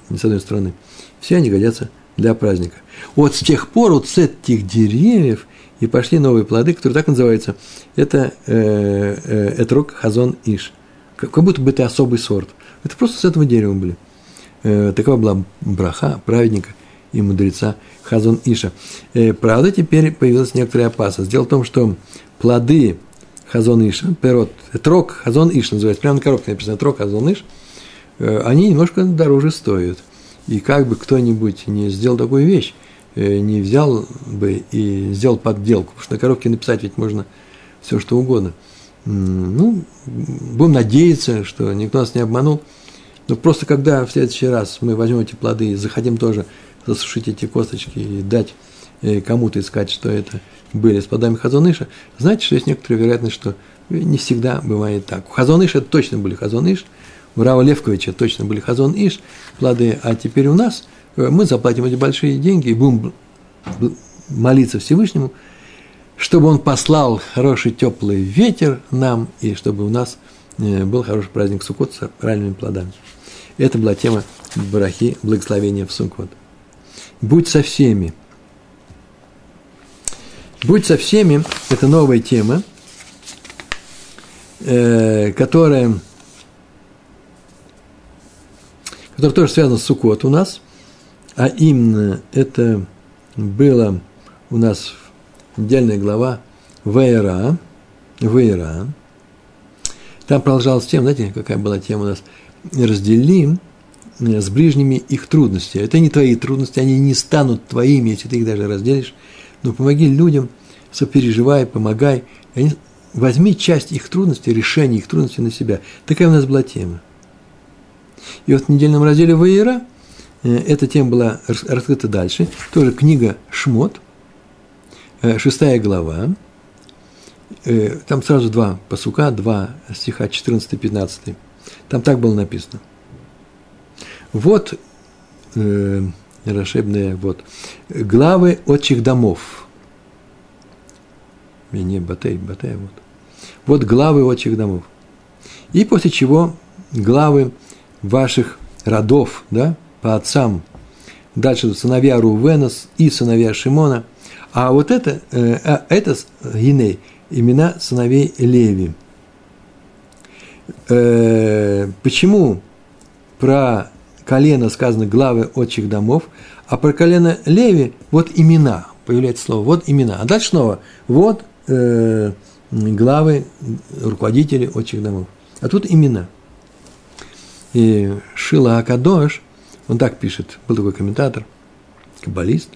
ни с одной стороны. Все они годятся для праздника. Вот с тех пор вот с этих деревьев и пошли новые плоды, которые так называются. Это э, э, этрог хазон иш. Как, как будто бы это особый сорт. Это просто с этого дерева были. Э, такова была браха праведника и мудреца хазон иша. Э, правда, теперь появилась некоторая опасность. Дело в том, что плоды хазон иша, перот, этрог хазон иш называется, прямо на коробке написано этрог хазон иш, э, они немножко дороже стоят. И как бы кто-нибудь не сделал такую вещь, не взял бы и сделал подделку, потому что на коробке написать ведь можно все, что угодно. Ну, будем надеяться, что никто нас не обманул. Но просто когда в следующий раз мы возьмем эти плоды и захотим тоже засушить эти косточки и дать кому-то искать, что это были с плодами хазон иша, знаете, что есть некоторая вероятность, что не всегда бывает так. У хазон иша точно были хазон иш, у Рава Левковича точно были хазон иш плоды, а теперь у нас мы заплатим эти большие деньги и будем молиться Всевышнему, чтобы он послал хороший теплый ветер нам, и чтобы у нас был хороший праздник Суккот с правильными плодами. Это была тема барахи, благословения в Суккот. Будь со всеми. Будь со всеми – это новая тема, которая, которая тоже связана с Суккот у нас. А именно, это было у нас отдельная глава Ваера, Ваера. Там продолжалась тема, знаете, какая была тема у нас? Разделим с ближними их трудности. Это не твои трудности, они не станут твоими, если ты их даже разделишь. Но помоги людям, сопереживай, помогай. Они, возьми часть их трудностей, решение их трудностей на себя. Такая у нас была тема. И вот в недельном разделе Ваера эта тема была раскрыта дальше. Тоже книга Шмот, шестая глава. Там сразу два пасука, два стиха, четырнадцатый-пятнадцатый. Там так было написано. Вот, э, расшебные, вот, главы отчих домов. Не, батей, батей, вот. Вот главы отчих домов. И после чего главы ваших родов, да, по отцам. Дальше сыновья Рувена и сыновья Шимона. А вот это, э, это Гиней, имена сыновей Леви. Э, почему про колено сказано главы отчих домов, а про колено Леви вот имена, появляется слово, вот имена. А дальше снова вот э, главы, руководители отчих домов. А тут имена. И Шила Акадош, он так пишет, был такой комментатор, каббалист.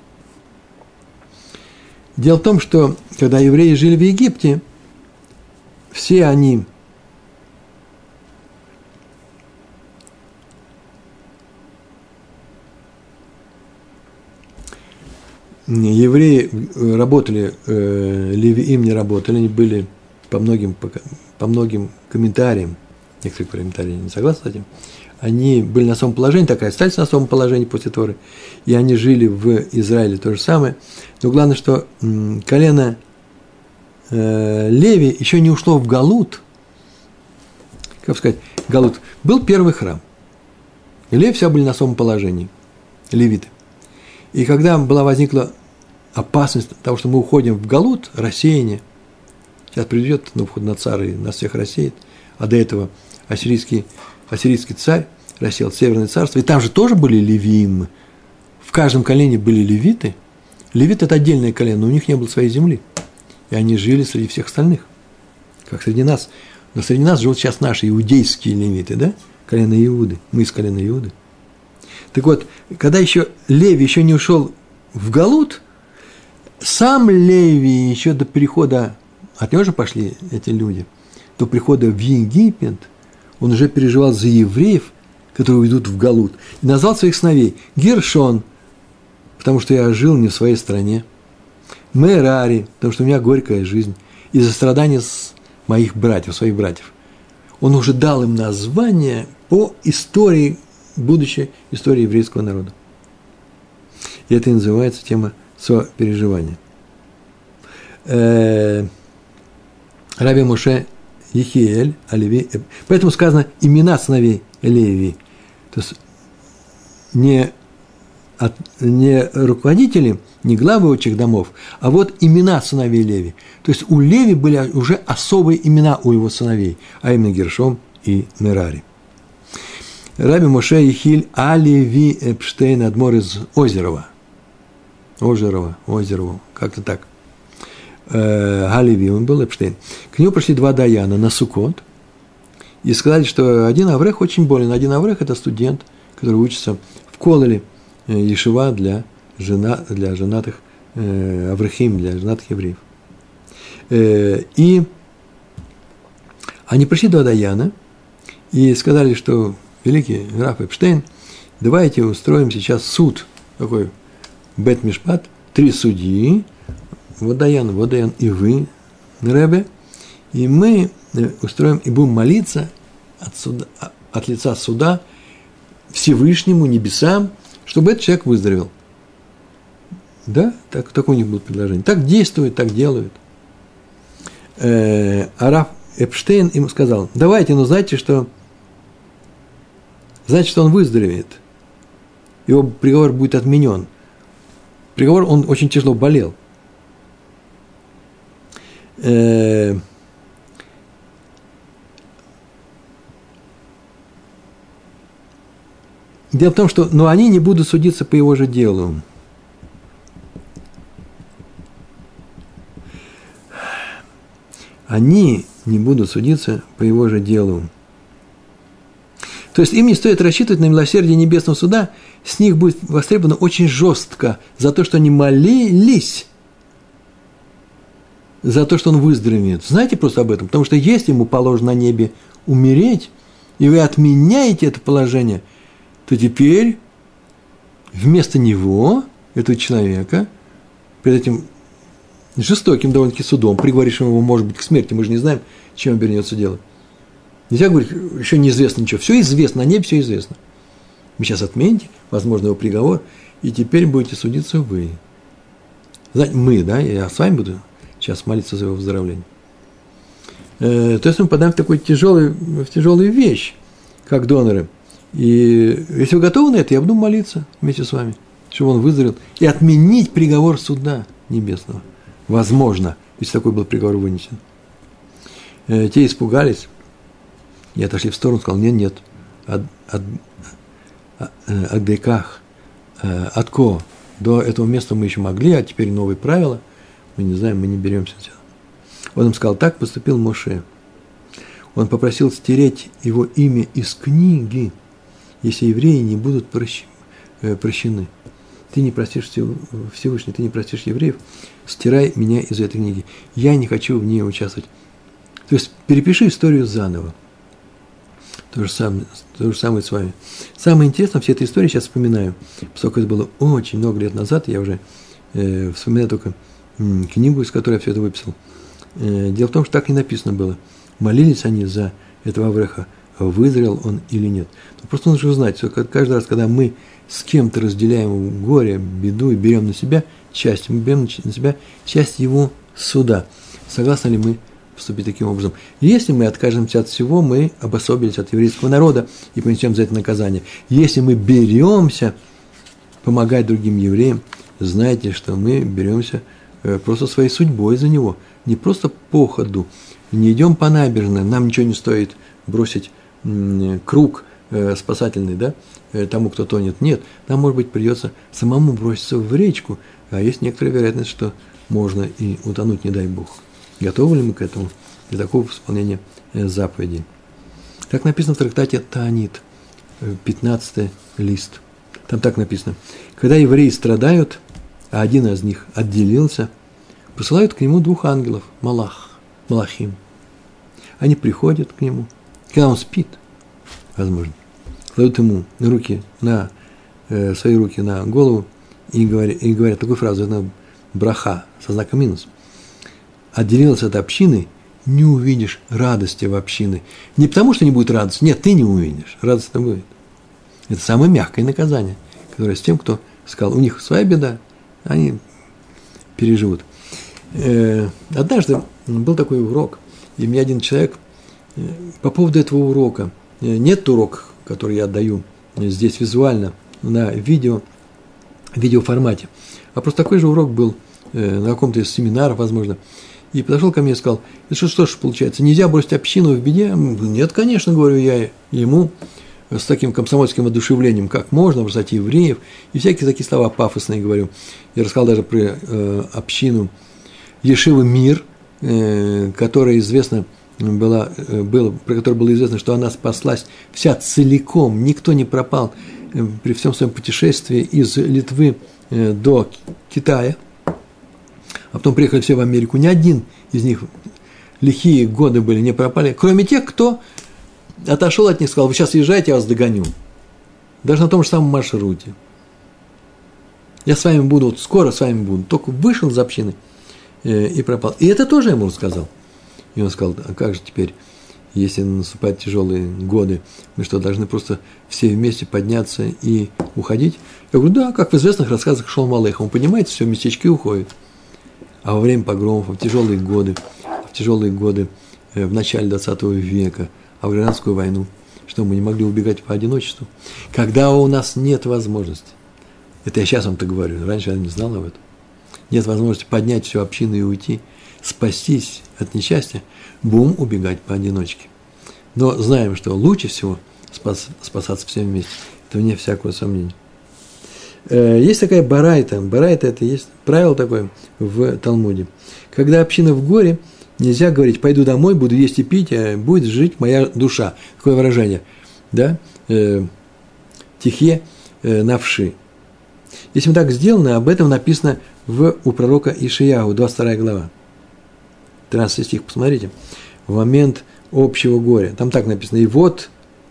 Дело в том, что когда евреи жили в Египте, все они евреи работали, э, левиим не работали, они были по многим, по, по многим комментариям, некоторые комментарии не согласны с этим, они были на особом положении, так и остались на особом положении после Торы, и они жили в Израиле то же самое. Но главное, что м, колено э, Леви еще не ушло в Галут, как сказать, Галут, был первый храм, и Леви все были на особом положении, левиты. И когда была возникла опасность того, что мы уходим в Галут, рассеяние, сейчас придет Навуходоносор и нас всех рассеет, а до этого ассирийский, ассирийский царь рассеял Северное царство, и там же тоже были левиим, в каждом колене были левиты. Левиты – это отдельное колено, но у них не было своей земли, и они жили среди всех остальных, как среди нас. Но среди нас живут сейчас наши иудейские левиты, да, колено Иуды, мы из колена Иуды. Так вот, когда еще Леви еще не ушел в Галут, сам Леви еще до прихода, от него же пошли эти люди, до прихода в Египет, он уже переживал за евреев, которые уйдут в Галут, и назвал своих сыновей Гершон, потому что я жил не в своей стране, Мерари, потому что у меня горькая жизнь, из-за страдания моих братьев, своих братьев. Он уже дал им название по истории, будущей истории еврейского народа. И это и называется тема сопереживания. Раби Моше Ехиэль, Алеви. Поэтому сказано имена сыновей Леви. То есть не, от, не руководители, не главы отчих домов, а вот имена сыновей Леви. То есть у Леви были уже особые имена у его сыновей, а именно Гершом и Мерари. Раби Моше Ехиль Алеви Эпштейн Адмор из Озерова. Озерова, Озерово, как-то так. Алеви он был, Эпштейн. К нему пришли два даяна на Суккот и сказали, что один аврех очень болен. Один аврех – это студент, который учится в Колеле, ешива для, жена, для женатых э, аврехим, для женатых евреев. Э, и они пришли два даяна и сказали, что великий граф Эпштейн, давайте устроим сейчас суд, такой бет-мишпат, три судьи, вот даян, вот даян и вы, Ребе, и мы устроим и будем молиться от, суда, от лица суда Всевышнему, небесам, чтобы этот человек выздоровел. Да, так, такое у них было предложение. Так действуют, так делают. Э, а Раф Эпштейн ему сказал, давайте, но знаете, что знаете, что он выздоровеет. Его приговор будет отменен. Приговор, он очень тяжело болел. Э, Дело в том, что но они не будут судиться по его же делу. Они не будут судиться по его же делу. То есть им не стоит рассчитывать на милосердие Небесного Суда, с них будет востребовано очень жестко за то, что они молились, за то, что он выздоровеет. Знаете просто об этом, потому что если ему положено на небе умереть, и вы отменяете это положение, то теперь вместо него, этого человека, перед этим жестоким довольно-таки судом, приговорившим его, может быть, к смерти, мы же не знаем, чем обернется дело. Нельзя говорить, еще неизвестно ничего. Все известно, на небе все известно. Вы сейчас отмените, возможно, его приговор, и теперь будете судиться вы. Знаете, мы, да, я с вами буду сейчас молиться за его выздоровление. Э, то есть мы попадаем в такую тяжелую, в тяжелую вещь, как доноры. И если вы готовы на это, я буду молиться вместе с вами, чтобы он выздоровел, и отменить приговор суда небесного. Возможно, если такой был приговор вынесен. Э, те испугались и отошли в сторону, сказал, нет, нет, от, от, от деках, от ко, до этого места мы еще могли, а теперь новые правила, мы не знаем, мы не беремся отсюда. Он им сказал, так поступил Моше. Он попросил стереть его имя из книги, если евреи не будут прощены. Ты не простишь Всевышний, ты не простишь евреев, стирай меня из этой книги. Я не хочу в ней участвовать. То есть перепиши историю заново. То же самое, то же самое с вами. Самое интересное в всей этой истории, сейчас вспоминаю, поскольку это было очень много лет назад, я уже э, вспоминаю только э, книгу, из которой я все это выписал. Э, дело в том, что так и написано было. Молились они за этого авреха, выздоровел он или нет. Но просто нужно знать, что каждый раз, когда мы с кем-то разделяем горе, беду и берем на себя часть, мы берем на себя часть его суда. Согласны ли мы поступить таким образом? Если мы откажемся от всего, мы обособились от еврейского народа и понесем за это наказание. Если мы беремся помогать другим евреям, знайте, что мы беремся просто своей судьбой за него, не просто по ходу, не идем по набережной, нам ничего не стоит бросить круг спасательный, да, тому, кто тонет. Нет, нам, может быть, придется самому броситься в речку, а есть некоторая вероятность, что можно и утонуть, не дай Бог. Готовы ли мы к этому, для такого исполнения заповедей? Так написано в трактате Таанит, пятнадцатый лист. Там так написано. Когда евреи страдают, а один из них отделился, посылают к нему двух ангелов, малах, малахим. Они приходят к нему, когда он спит, возможно, кладут ему на руки, на э, свои руки на голову и говорят, и говорят такую фразу, это браха, со знаком минус. Отделился от общины, не увидишь радости в общине. Не потому, что не будет радости, нет, ты не увидишь, радость-то будет. Это самое мягкое наказание, которое с тем, кто сказал, у них своя беда, они переживут. Э, однажды был такой урок, и мне один человек по поводу этого урока, нет урок, который я отдаю здесь визуально, на видео, видеоформате. А просто такой же урок был э, на каком-то из семинаров, возможно. И подошел ко мне и сказал: это что, что ж получается, нельзя бросить общину в беде? Нет, конечно, говорю я ему с таким комсомольским одушевлением, как можно бросать евреев, и всякие такие слова пафосные говорю. Я рассказал даже про э, общину Ешивы Мир, э, которая известна была, э, было, про которую было известно, что она спаслась вся целиком, никто не пропал э, при всем своем путешествии из Литвы э, до Китая. А потом приехали все в Америку. Ни один из них, лихие годы были, не пропали, кроме тех, кто отошел от них и сказал: вы сейчас езжайте, я вас догоню. Даже на том же самом маршруте. Я с вами буду, вот скоро с вами буду. Только вышел из общины э, и пропал. И это тоже я ему рассказал. И он сказал: а как же теперь, если наступают тяжелые годы, мы что, должны просто все вместе подняться и уходить? Я говорю: да, как в известных рассказах Шолом Алейха. Он поднимается, все, местечки уходит. А во время погромов, в тяжелые годы, в тяжелые годы э, в начале двадцатого века, а в гражданскую войну, что мы не могли убегать по одиночеству, когда у нас нет возможности, это я сейчас вам так говорю, раньше я не знал об этом, нет возможности поднять всю общину и уйти, спастись от несчастья, будем убегать поодиночке. Но знаем, что лучше всего спас, спасаться всем вместе, это вне всякого сомнения. Есть такая барайта, барайта – это есть правило такое в Талмуде. Когда община в горе, нельзя говорить: пойду домой, буду есть и пить, а будет жить моя душа. Такое выражение, да? Э, Тихе э, навши. Если так сделано, об этом написано в, у пророка Ишияу, двадцать вторая глава. тринадцатый стих, посмотрите. В момент общего горя. Там так написано: и вот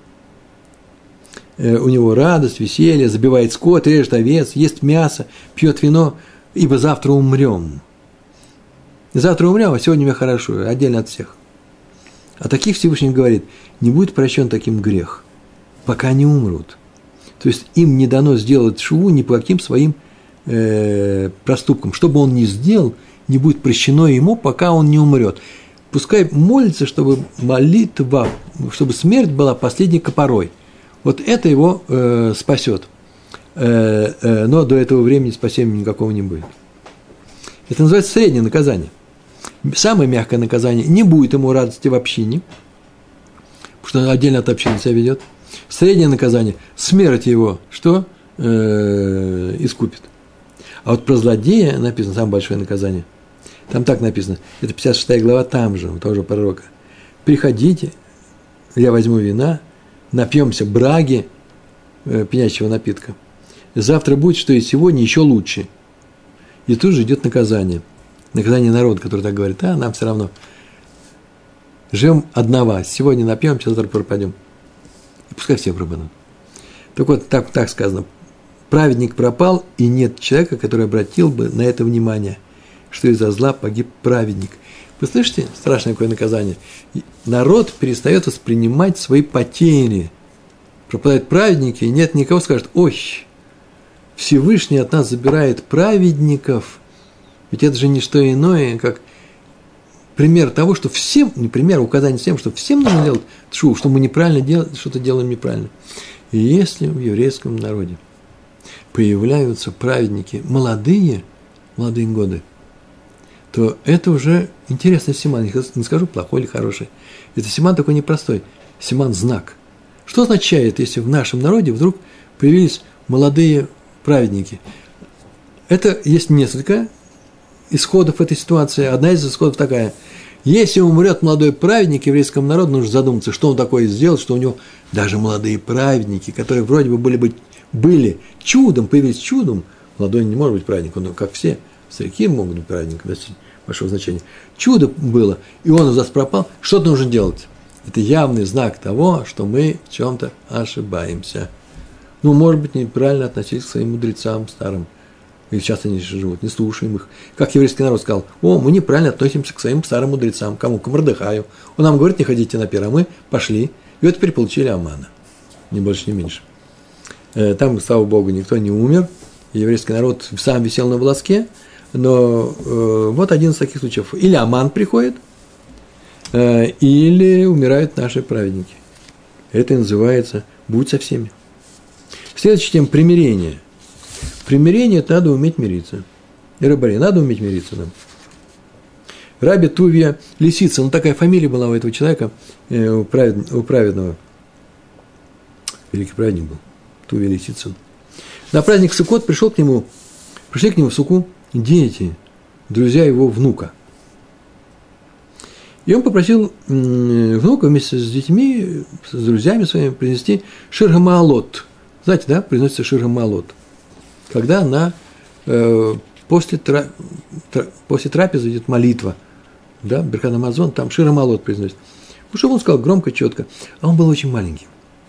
у него радость, веселье, забивает скот, режет овец, ест мясо, пьет вино, ибо завтра умрем. Завтра умрем, а сегодня мне хорошо, отдельно от всех. А таких Всевышний говорит: не будет прощен таким грех, пока не умрут. То есть им не дано сделать шуву ни по каким своим э, проступкам. Что бы он ни сделал, не будет прощено ему, пока он не умрет. Пускай молится, чтобы молитва, чтобы смерть была последней копорой. Вот это его э, спасет. Э, э, но до этого времени спасения никакого не будет. Это называется среднее наказание. Самое мягкое наказание: не будет ему радости в общине, потому что он отдельно от общины себя ведет. Среднее наказание – смерть его, что э, искупит. А вот про злодея написано самое большое наказание. Там так написано, это пятьдесят шестая глава, там же, у того же пророка. Приходите, я возьму вина, напьемся браги, э, пьянящего напитка. Завтра будет, что и сегодня, еще лучше. И тут же идет наказание. Наказание народа, который так говорит: а нам все равно. Живем одного. Сегодня напьемся, завтра пропадем. И пускай все пропадут. Так вот, так, так сказано. Праведник пропал, и нет человека, который обратил бы на это внимание, что из-за зла погиб праведник. Вы слышите? Страшное какое наказание. Народ перестает воспринимать свои потери. Пропадают праведники, и нет никого, скажет: ой, Всевышний от нас забирает праведников. Ведь это же не что иное, как пример того, что всем, не пример, а указание всем, что всем нужно делать тшуву, что мы неправильно делаем, что-то делаем неправильно. И если в еврейском народе появляются праведники молодые, молодые годы, то это уже интересный симан. Не скажу, плохой или хороший. Это симан такой непростой. Симан – знак. Что означает, если в нашем народе вдруг появились молодые праведники? Это есть несколько исходов этой ситуации. Одна из исходов такая: если умрет молодой праведник, еврейскому народу нужно задуматься, что он такое сделал, что у него даже молодые праведники, которые вроде бы были, бы, были чудом, появились чудом. Молодой не может быть праведником, но как все старики могут быть праведником, достичь большого значения. Чудо было, и он у нас пропал. Что-то нужно делать. Это явный знак того, что мы в чем-то ошибаемся. Ну, может быть, неправильно относились к своим мудрецам старым. И сейчас они живут, не слушаем их. Как еврейский народ сказал: о, мы неправильно относимся к своим старым мудрецам. Кому? К Мордехаю. Он нам говорит: не ходите на пир, а мы пошли. И вот теперь получили Амана. Ни больше, ни меньше. Там, слава Богу, никто не умер. Еврейский народ сам висел на волоске. Но э, вот один из таких случаев. Или Аман приходит, э, или умирают наши праведники. Это называется «будь со всеми». Следующая тема – примирение. Примирение – это надо уметь мириться. И рыбари, надо уметь мириться нам. Раби Тувия Лисицын, ну такая фамилия была у этого человека, э, у, правед, у праведного. Великий праведник был, Тувия Лисицын. На праздник Суккот пришел к нему, пришли к нему в Суку дети, друзья его внука. И он попросил э, внука вместе с детьми, с друзьями своими произнести Шир ха-Маалот. Знаете, да, произносится Шир ха-Маалот. Когда на, э, после, тра, тра, после трапезы идет молитва. Да, Беркат Амазон, там Шир ха-Маалот произносит. Ну, чтобы он сказал громко, четко. А он был очень маленький.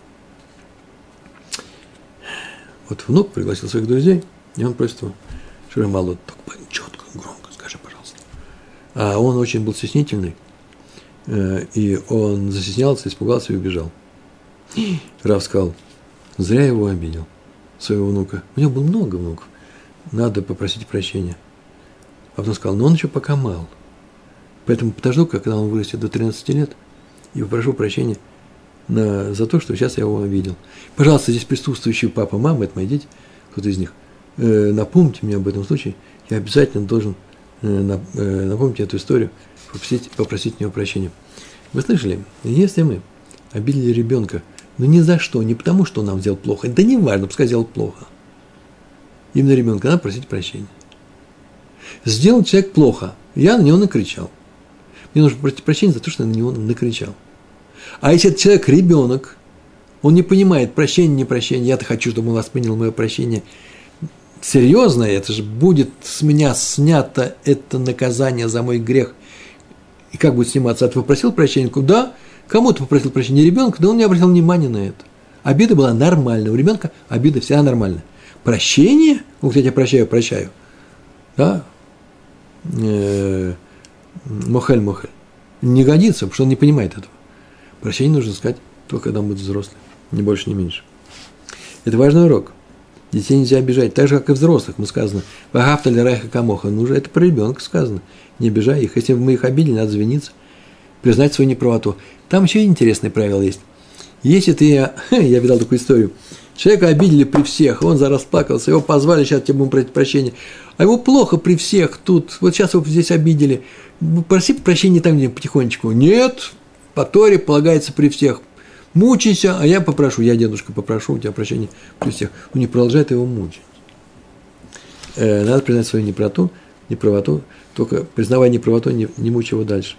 Вот внук пригласил своих друзей, и он просит его Шир ха-Маалот. Так четко, громко скажи, пожалуйста. А он очень был стеснительный. И он застеснялся, испугался и убежал. Рав сказал, зря его обидел, своего внука. У него было много внуков. Надо попросить прощения. А потом сказал, но он еще пока мал. Поэтому подожду, когда он вырастет до тринадцати лет, и попрошу прощения на, за то, что сейчас я его обидел. Пожалуйста, здесь присутствующие папа, мама, это мои дети, кто-то из них, э, напомните мне об этом случае. Я обязательно должен э, напомнить эту историю, Попросить, попросить у него прощения. Вы слышали, если мы обидели ребенка, ну ни за что, не потому, что он нам сделал плохо, да не важно, пускай сделал плохо. Именно ребенка надо просить прощения. Сделал человек плохо, я на него накричал. Мне нужно просить прощения за то, что я на него накричал. А если этот человек ребенок, он не понимает прощения, не прощения, я-то хочу, чтобы он воспринял мое прощение серьезно, это же будет с меня снято это наказание за мой грех. И как будет сниматься? А ты попросил прощения? Да, кому-то попросил прощения, ребенка, да он не обратил внимания на это. Обида была нормальная. У ребенка обида всегда нормальная. Прощение? Ух, я тебя прощаю, прощаю. Да? Мохель, мохель. Не годится, потому что он не понимает этого. Прощение нужно сказать только когда он будет взрослый. Ни больше, ни меньше. Это важный урок. Детей нельзя обижать. Так же, как и взрослых. Мы сказано, «Вагафта ли райха камоха». Ну, уже это про ребенка сказано. Не обижай их. Если мы их обидели, надо извиниться, признать свою неправоту. Там еще интересное правило есть. Если ты, я видал такую историю, человека обидели при всех, он зарасплакался, его позвали, сейчас тебе будем просить прощения, а его плохо при всех тут, вот сейчас его здесь обидели, проси прощения там где потихонечку. Нет, по Торе полагается при всех. Мучайся, а я попрошу, я, дедушка, попрошу у тебя прощения при всех. Он не продолжает его мучить. Э, надо признать свою неправоту, неправоту, только признавая неправоту, не, не мучай его дальше.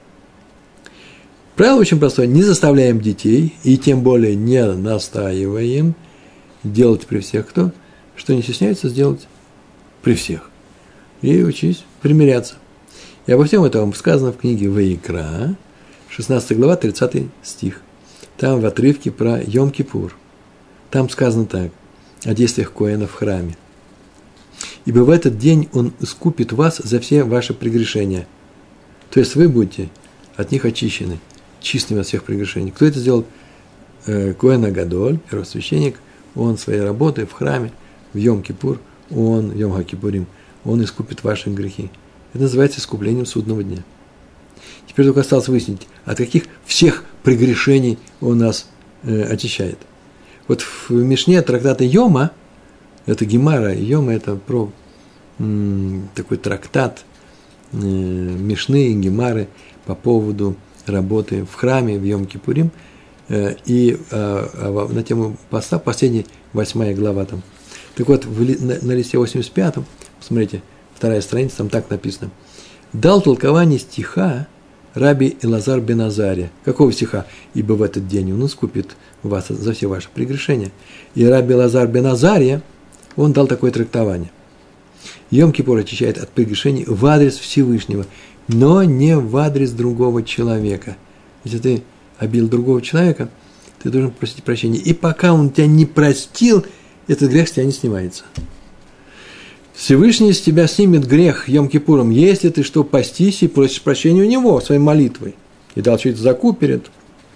Правило очень простое. Не заставляем детей, и тем более не настаиваем делать при всех кто, что не стесняется сделать при всех. И учись примиряться. И обо всем этом сказано в книге Ваикра, шестнадцатая глава, тридцатый стих. Там в отрывке про Йом-Кипур. Там сказано так, о действиях Коэна в храме. «Ибо в этот день он искупит вас за все ваши прегрешения». То есть вы будете от них очищены, чистыми от всех прегрешений. Кто это сделал? Коэн Агадоль, первосвященник, он своей работой в храме, в Йом-Кипур, он, Йом-Ха-Кипурим, он искупит ваши грехи. Это называется искуплением судного дня. Теперь только осталось выяснить, от каких всех прегрешений он нас э, очищает. Вот в Мишне трактата Йома, это Гемара, Йома это про м, такой трактат э, Мишны и Гемары по поводу работы в храме в Йом-Кипурим, э, и э, э, на тему поста, последняя, восьмая глава там. Так вот, в, на, на листе восемьдесят пятом, посмотрите, вторая страница, там так написано, дал толкование стиха Раби Элазар бен Азария. Какого стиха? «Ибо в этот день он искупит вас за все ваши прегрешения». И Раби Элазар бен Азария, он дал такое трактование. Йом-Кипур очищает от прегрешений в адрес Всевышнего, но не в адрес другого человека. Если ты обидел другого человека, ты должен просить прощения. И пока он тебя не простил, этот грех с тебя не снимается. Всевышний с тебя снимет грех Йом-Кипуром, если ты что, постись и просишь прощения у него своей молитвой. И дал чуть заку перед,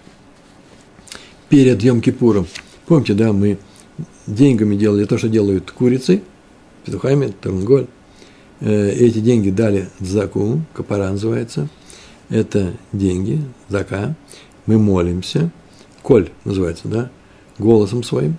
перед Йом-Кипуром. Помните, да, мы деньгами делали то, что делают курицы, петухами, тарунголь. Эти деньги дали заку, капара называется. Это деньги, зака. Мы молимся. Коль называется, да, голосом своим.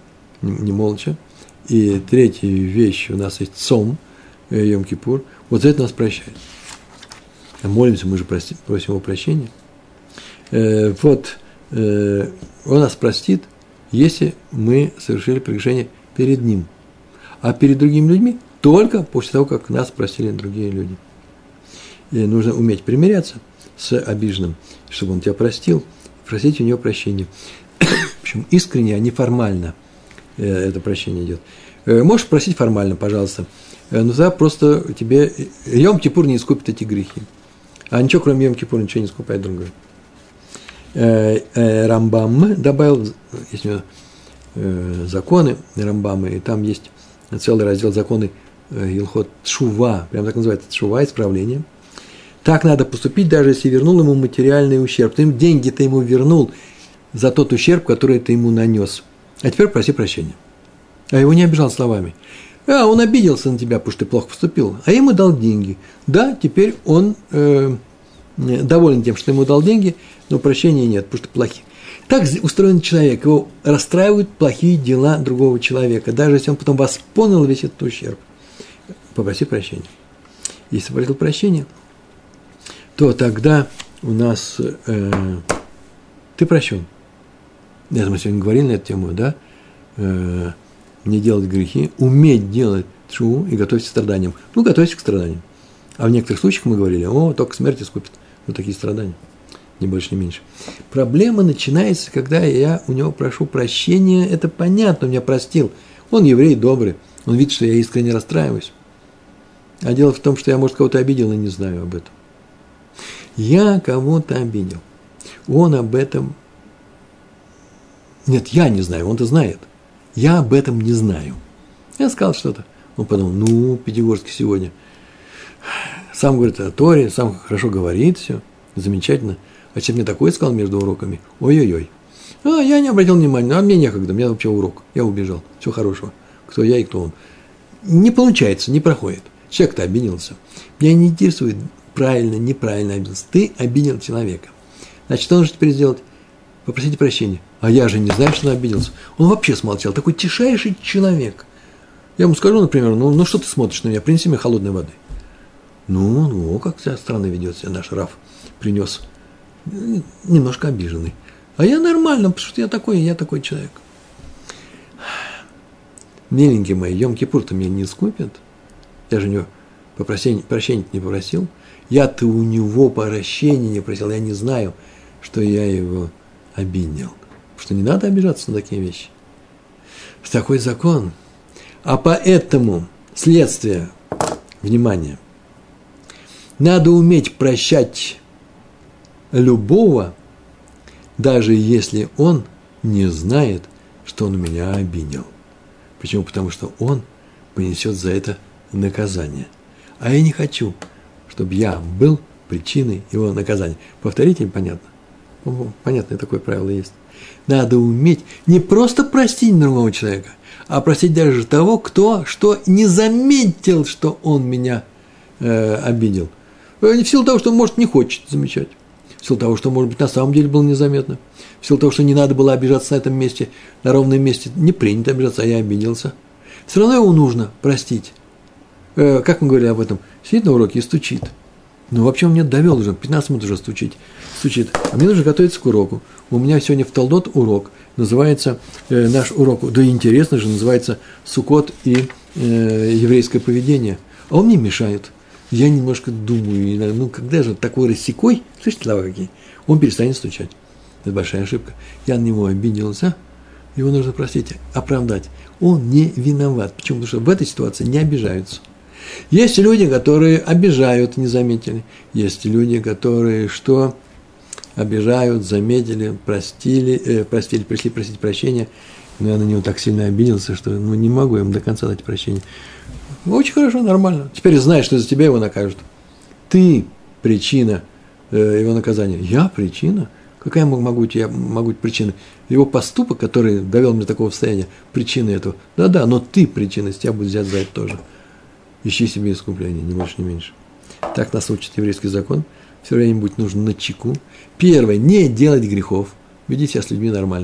не молча. И третья вещь, у нас есть цом, Йом-Кипур, вот за это нас прощает. Молимся, мы же прости, просим его прощения. Э, вот, э, он нас простит, если мы совершили прегрешение перед ним. А перед другими людьми только после того, как нас простили другие люди. И нужно уметь примиряться с обиженным, чтобы он тебя простил, просить у него прощения. Причем искренне, а не формально э, это прощение идет. Э, можешь просить формально, пожалуйста, э, но тогда просто тебе Йом-Кипур не искупит эти грехи. А ничего, кроме Йом-Кипура, ничего не искупает другое. Э, э, Рамбам добавил, есть у него э, законы Рамбама, и там есть целый раздел законы э, Илхот Тшува, прям так называется, Тшува, исправление. Так надо поступить, даже если вернул ему материальный ущерб. Ты ему деньги ты ему вернул за тот ущерб, который ты ему нанес. А теперь проси прощения. А его не обижал словами. А, он обиделся на тебя, потому что ты плохо поступил. А ему дал деньги. Да, теперь он э, доволен тем, что ты ему дал деньги, но прощения нет, потому что плохие. Так устроен человек. Его расстраивают плохие дела другого человека. Даже если он потом восполнил весь этот ущерб. Попроси прощения. Если попросил прощения, то тогда у нас э, ты прощен. Это мы сегодня говорили на эту тему, да? Э, не делать грехи, уметь делать тшуву и готовься к страданиям. Ну, готовься к страданиям. А в некоторых случаях мы говорили, о, только смерть искупит. Вот такие страдания. Ни больше, ни меньше. Проблема начинается, когда я у него прошу прощения. Это понятно, он меня простил. Он еврей добрый. Он видит, что я искренне расстраиваюсь. А дело в том, что я, может, кого-то обидел и не знаю об этом. Я кого-то обидел. Он об этом... Нет, я не знаю, он-то знает. Я об этом не знаю. Я сказал что-то. Он подумал, ну, Пятигорский сегодня. Сам говорит о Торе, сам хорошо говорит, все, замечательно. А чем мне такое сказал между уроками? Ой-ой-ой. А, я не обратил внимания, а мне некогда, у меня вообще урок. Я убежал, все хорошего. Кто я и кто он. Не получается, не проходит. Человек-то обиделся. Меня не интересует, правильно, неправильно обиделся. Ты обидел человека. Значит, что нужно теперь сделать? Попросите прощения. А я же не знаю, что он обиделся. Он вообще смолчал. Такой тишайший человек. Я ему скажу, например, ну, ну что ты смотришь на меня, принеси мне холодной воды. Ну, ну, как себя странно ведет себя наш Рав. Принес. Немножко обиженный. А я нормально, потому что я такой, я такой человек. Миленький мой, Йом-Кипур-то меня не искупит. Я же у него прощения не попросил. Я-то у него прощения не просил. Я не знаю, что я его обидел. Потому что не надо обижаться на такие вещи. Такой закон. А поэтому следствие, внимание, надо уметь прощать любого, даже если он не знает, что он меня обидел. Почему? Потому что он понесет за это наказание. А я не хочу, чтобы я был причиной его наказания. Повторите, понятно? Понятно, такое правило есть. Надо уметь не просто простить другого человека, а простить даже того, кто что не заметил, что он меня э, обидел. В силу того, что он, может, не хочет замечать. В силу того, что, может быть, на самом деле было незаметно. В силу того, что не надо было обижаться на этом месте, на ровном месте. Не принято обижаться, а я обиделся. Все равно его нужно простить. Э, как мы говорили об этом? Сидит на уроке и стучит. Ну, вообще он меня довел уже, пятнадцать минут уже стучит. стучит. А мне нужно готовиться к уроку. У меня сегодня в Толдот урок. Называется, э, наш урок, да и интересно же, называется «Суккот и э, еврейское поведение». А он мне мешает. Я немножко думаю, ну, когда же такой рассекой, слышите слова какие, он перестанет стучать. Это большая ошибка. Я на него обиделся, его нужно простить, оправдать. Он не виноват. Почему? Потому что в этой ситуации не обижаются. Есть люди, которые обижают, не заметили. Есть люди, которые что? Обижают, заметили, простили, э, простили, пришли просить прощения. Но я на него так сильно обиделся, что ну, не могу им до конца дать прощения. Очень хорошо, нормально. Теперь знаешь, что за тебя его накажут. Ты причина э, его наказания. Я причина? Какая могу быть, я могу быть причиной? Его поступок, который довел меня до такого состояния, причина этого. Да-да, но ты причина, с тебя будет взять за это тоже. Ищи себе искупление, ни больше, ни меньше. Так нас учит еврейский закон. Все время быть нужно начеку. Первое, не делать грехов. Веди себя с людьми нормально.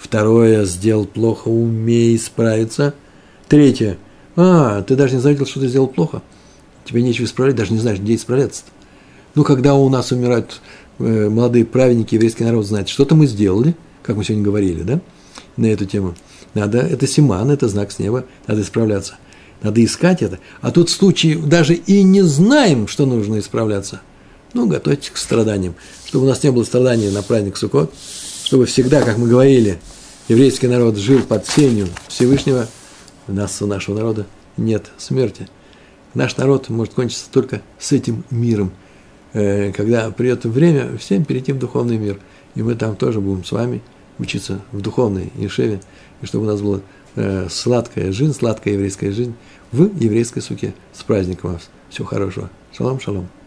Второе, сделал плохо, умей справиться. Третье, а, ты даже не заметил, что ты сделал плохо. Тебе нечего исправлять, даже не знаешь, где исправляться-то. Ну, когда у нас умирают э, молодые праведники, еврейский народ знает, что-то мы сделали, как мы сегодня говорили, да, на эту тему. Надо, это симан, это знак с неба, надо исправляться. Надо искать это. А тут в случае даже и не знаем, что нужно исправляться. Ну, готовьтесь к страданиям. Чтобы у нас не было страданий на праздник Суккот, чтобы всегда, как мы говорили, еврейский народ жил под сенью Всевышнего, у нас, у нашего народа нет смерти. Наш народ может кончиться только с этим миром. Когда придет время, всем перейти в духовный мир. И мы там тоже будем с вами учиться в духовной ешеве, и чтобы у нас была сладкая жизнь, сладкая еврейская жизнь в еврейской суке. С праздником вас. Всего хорошего. Шалом, шалом.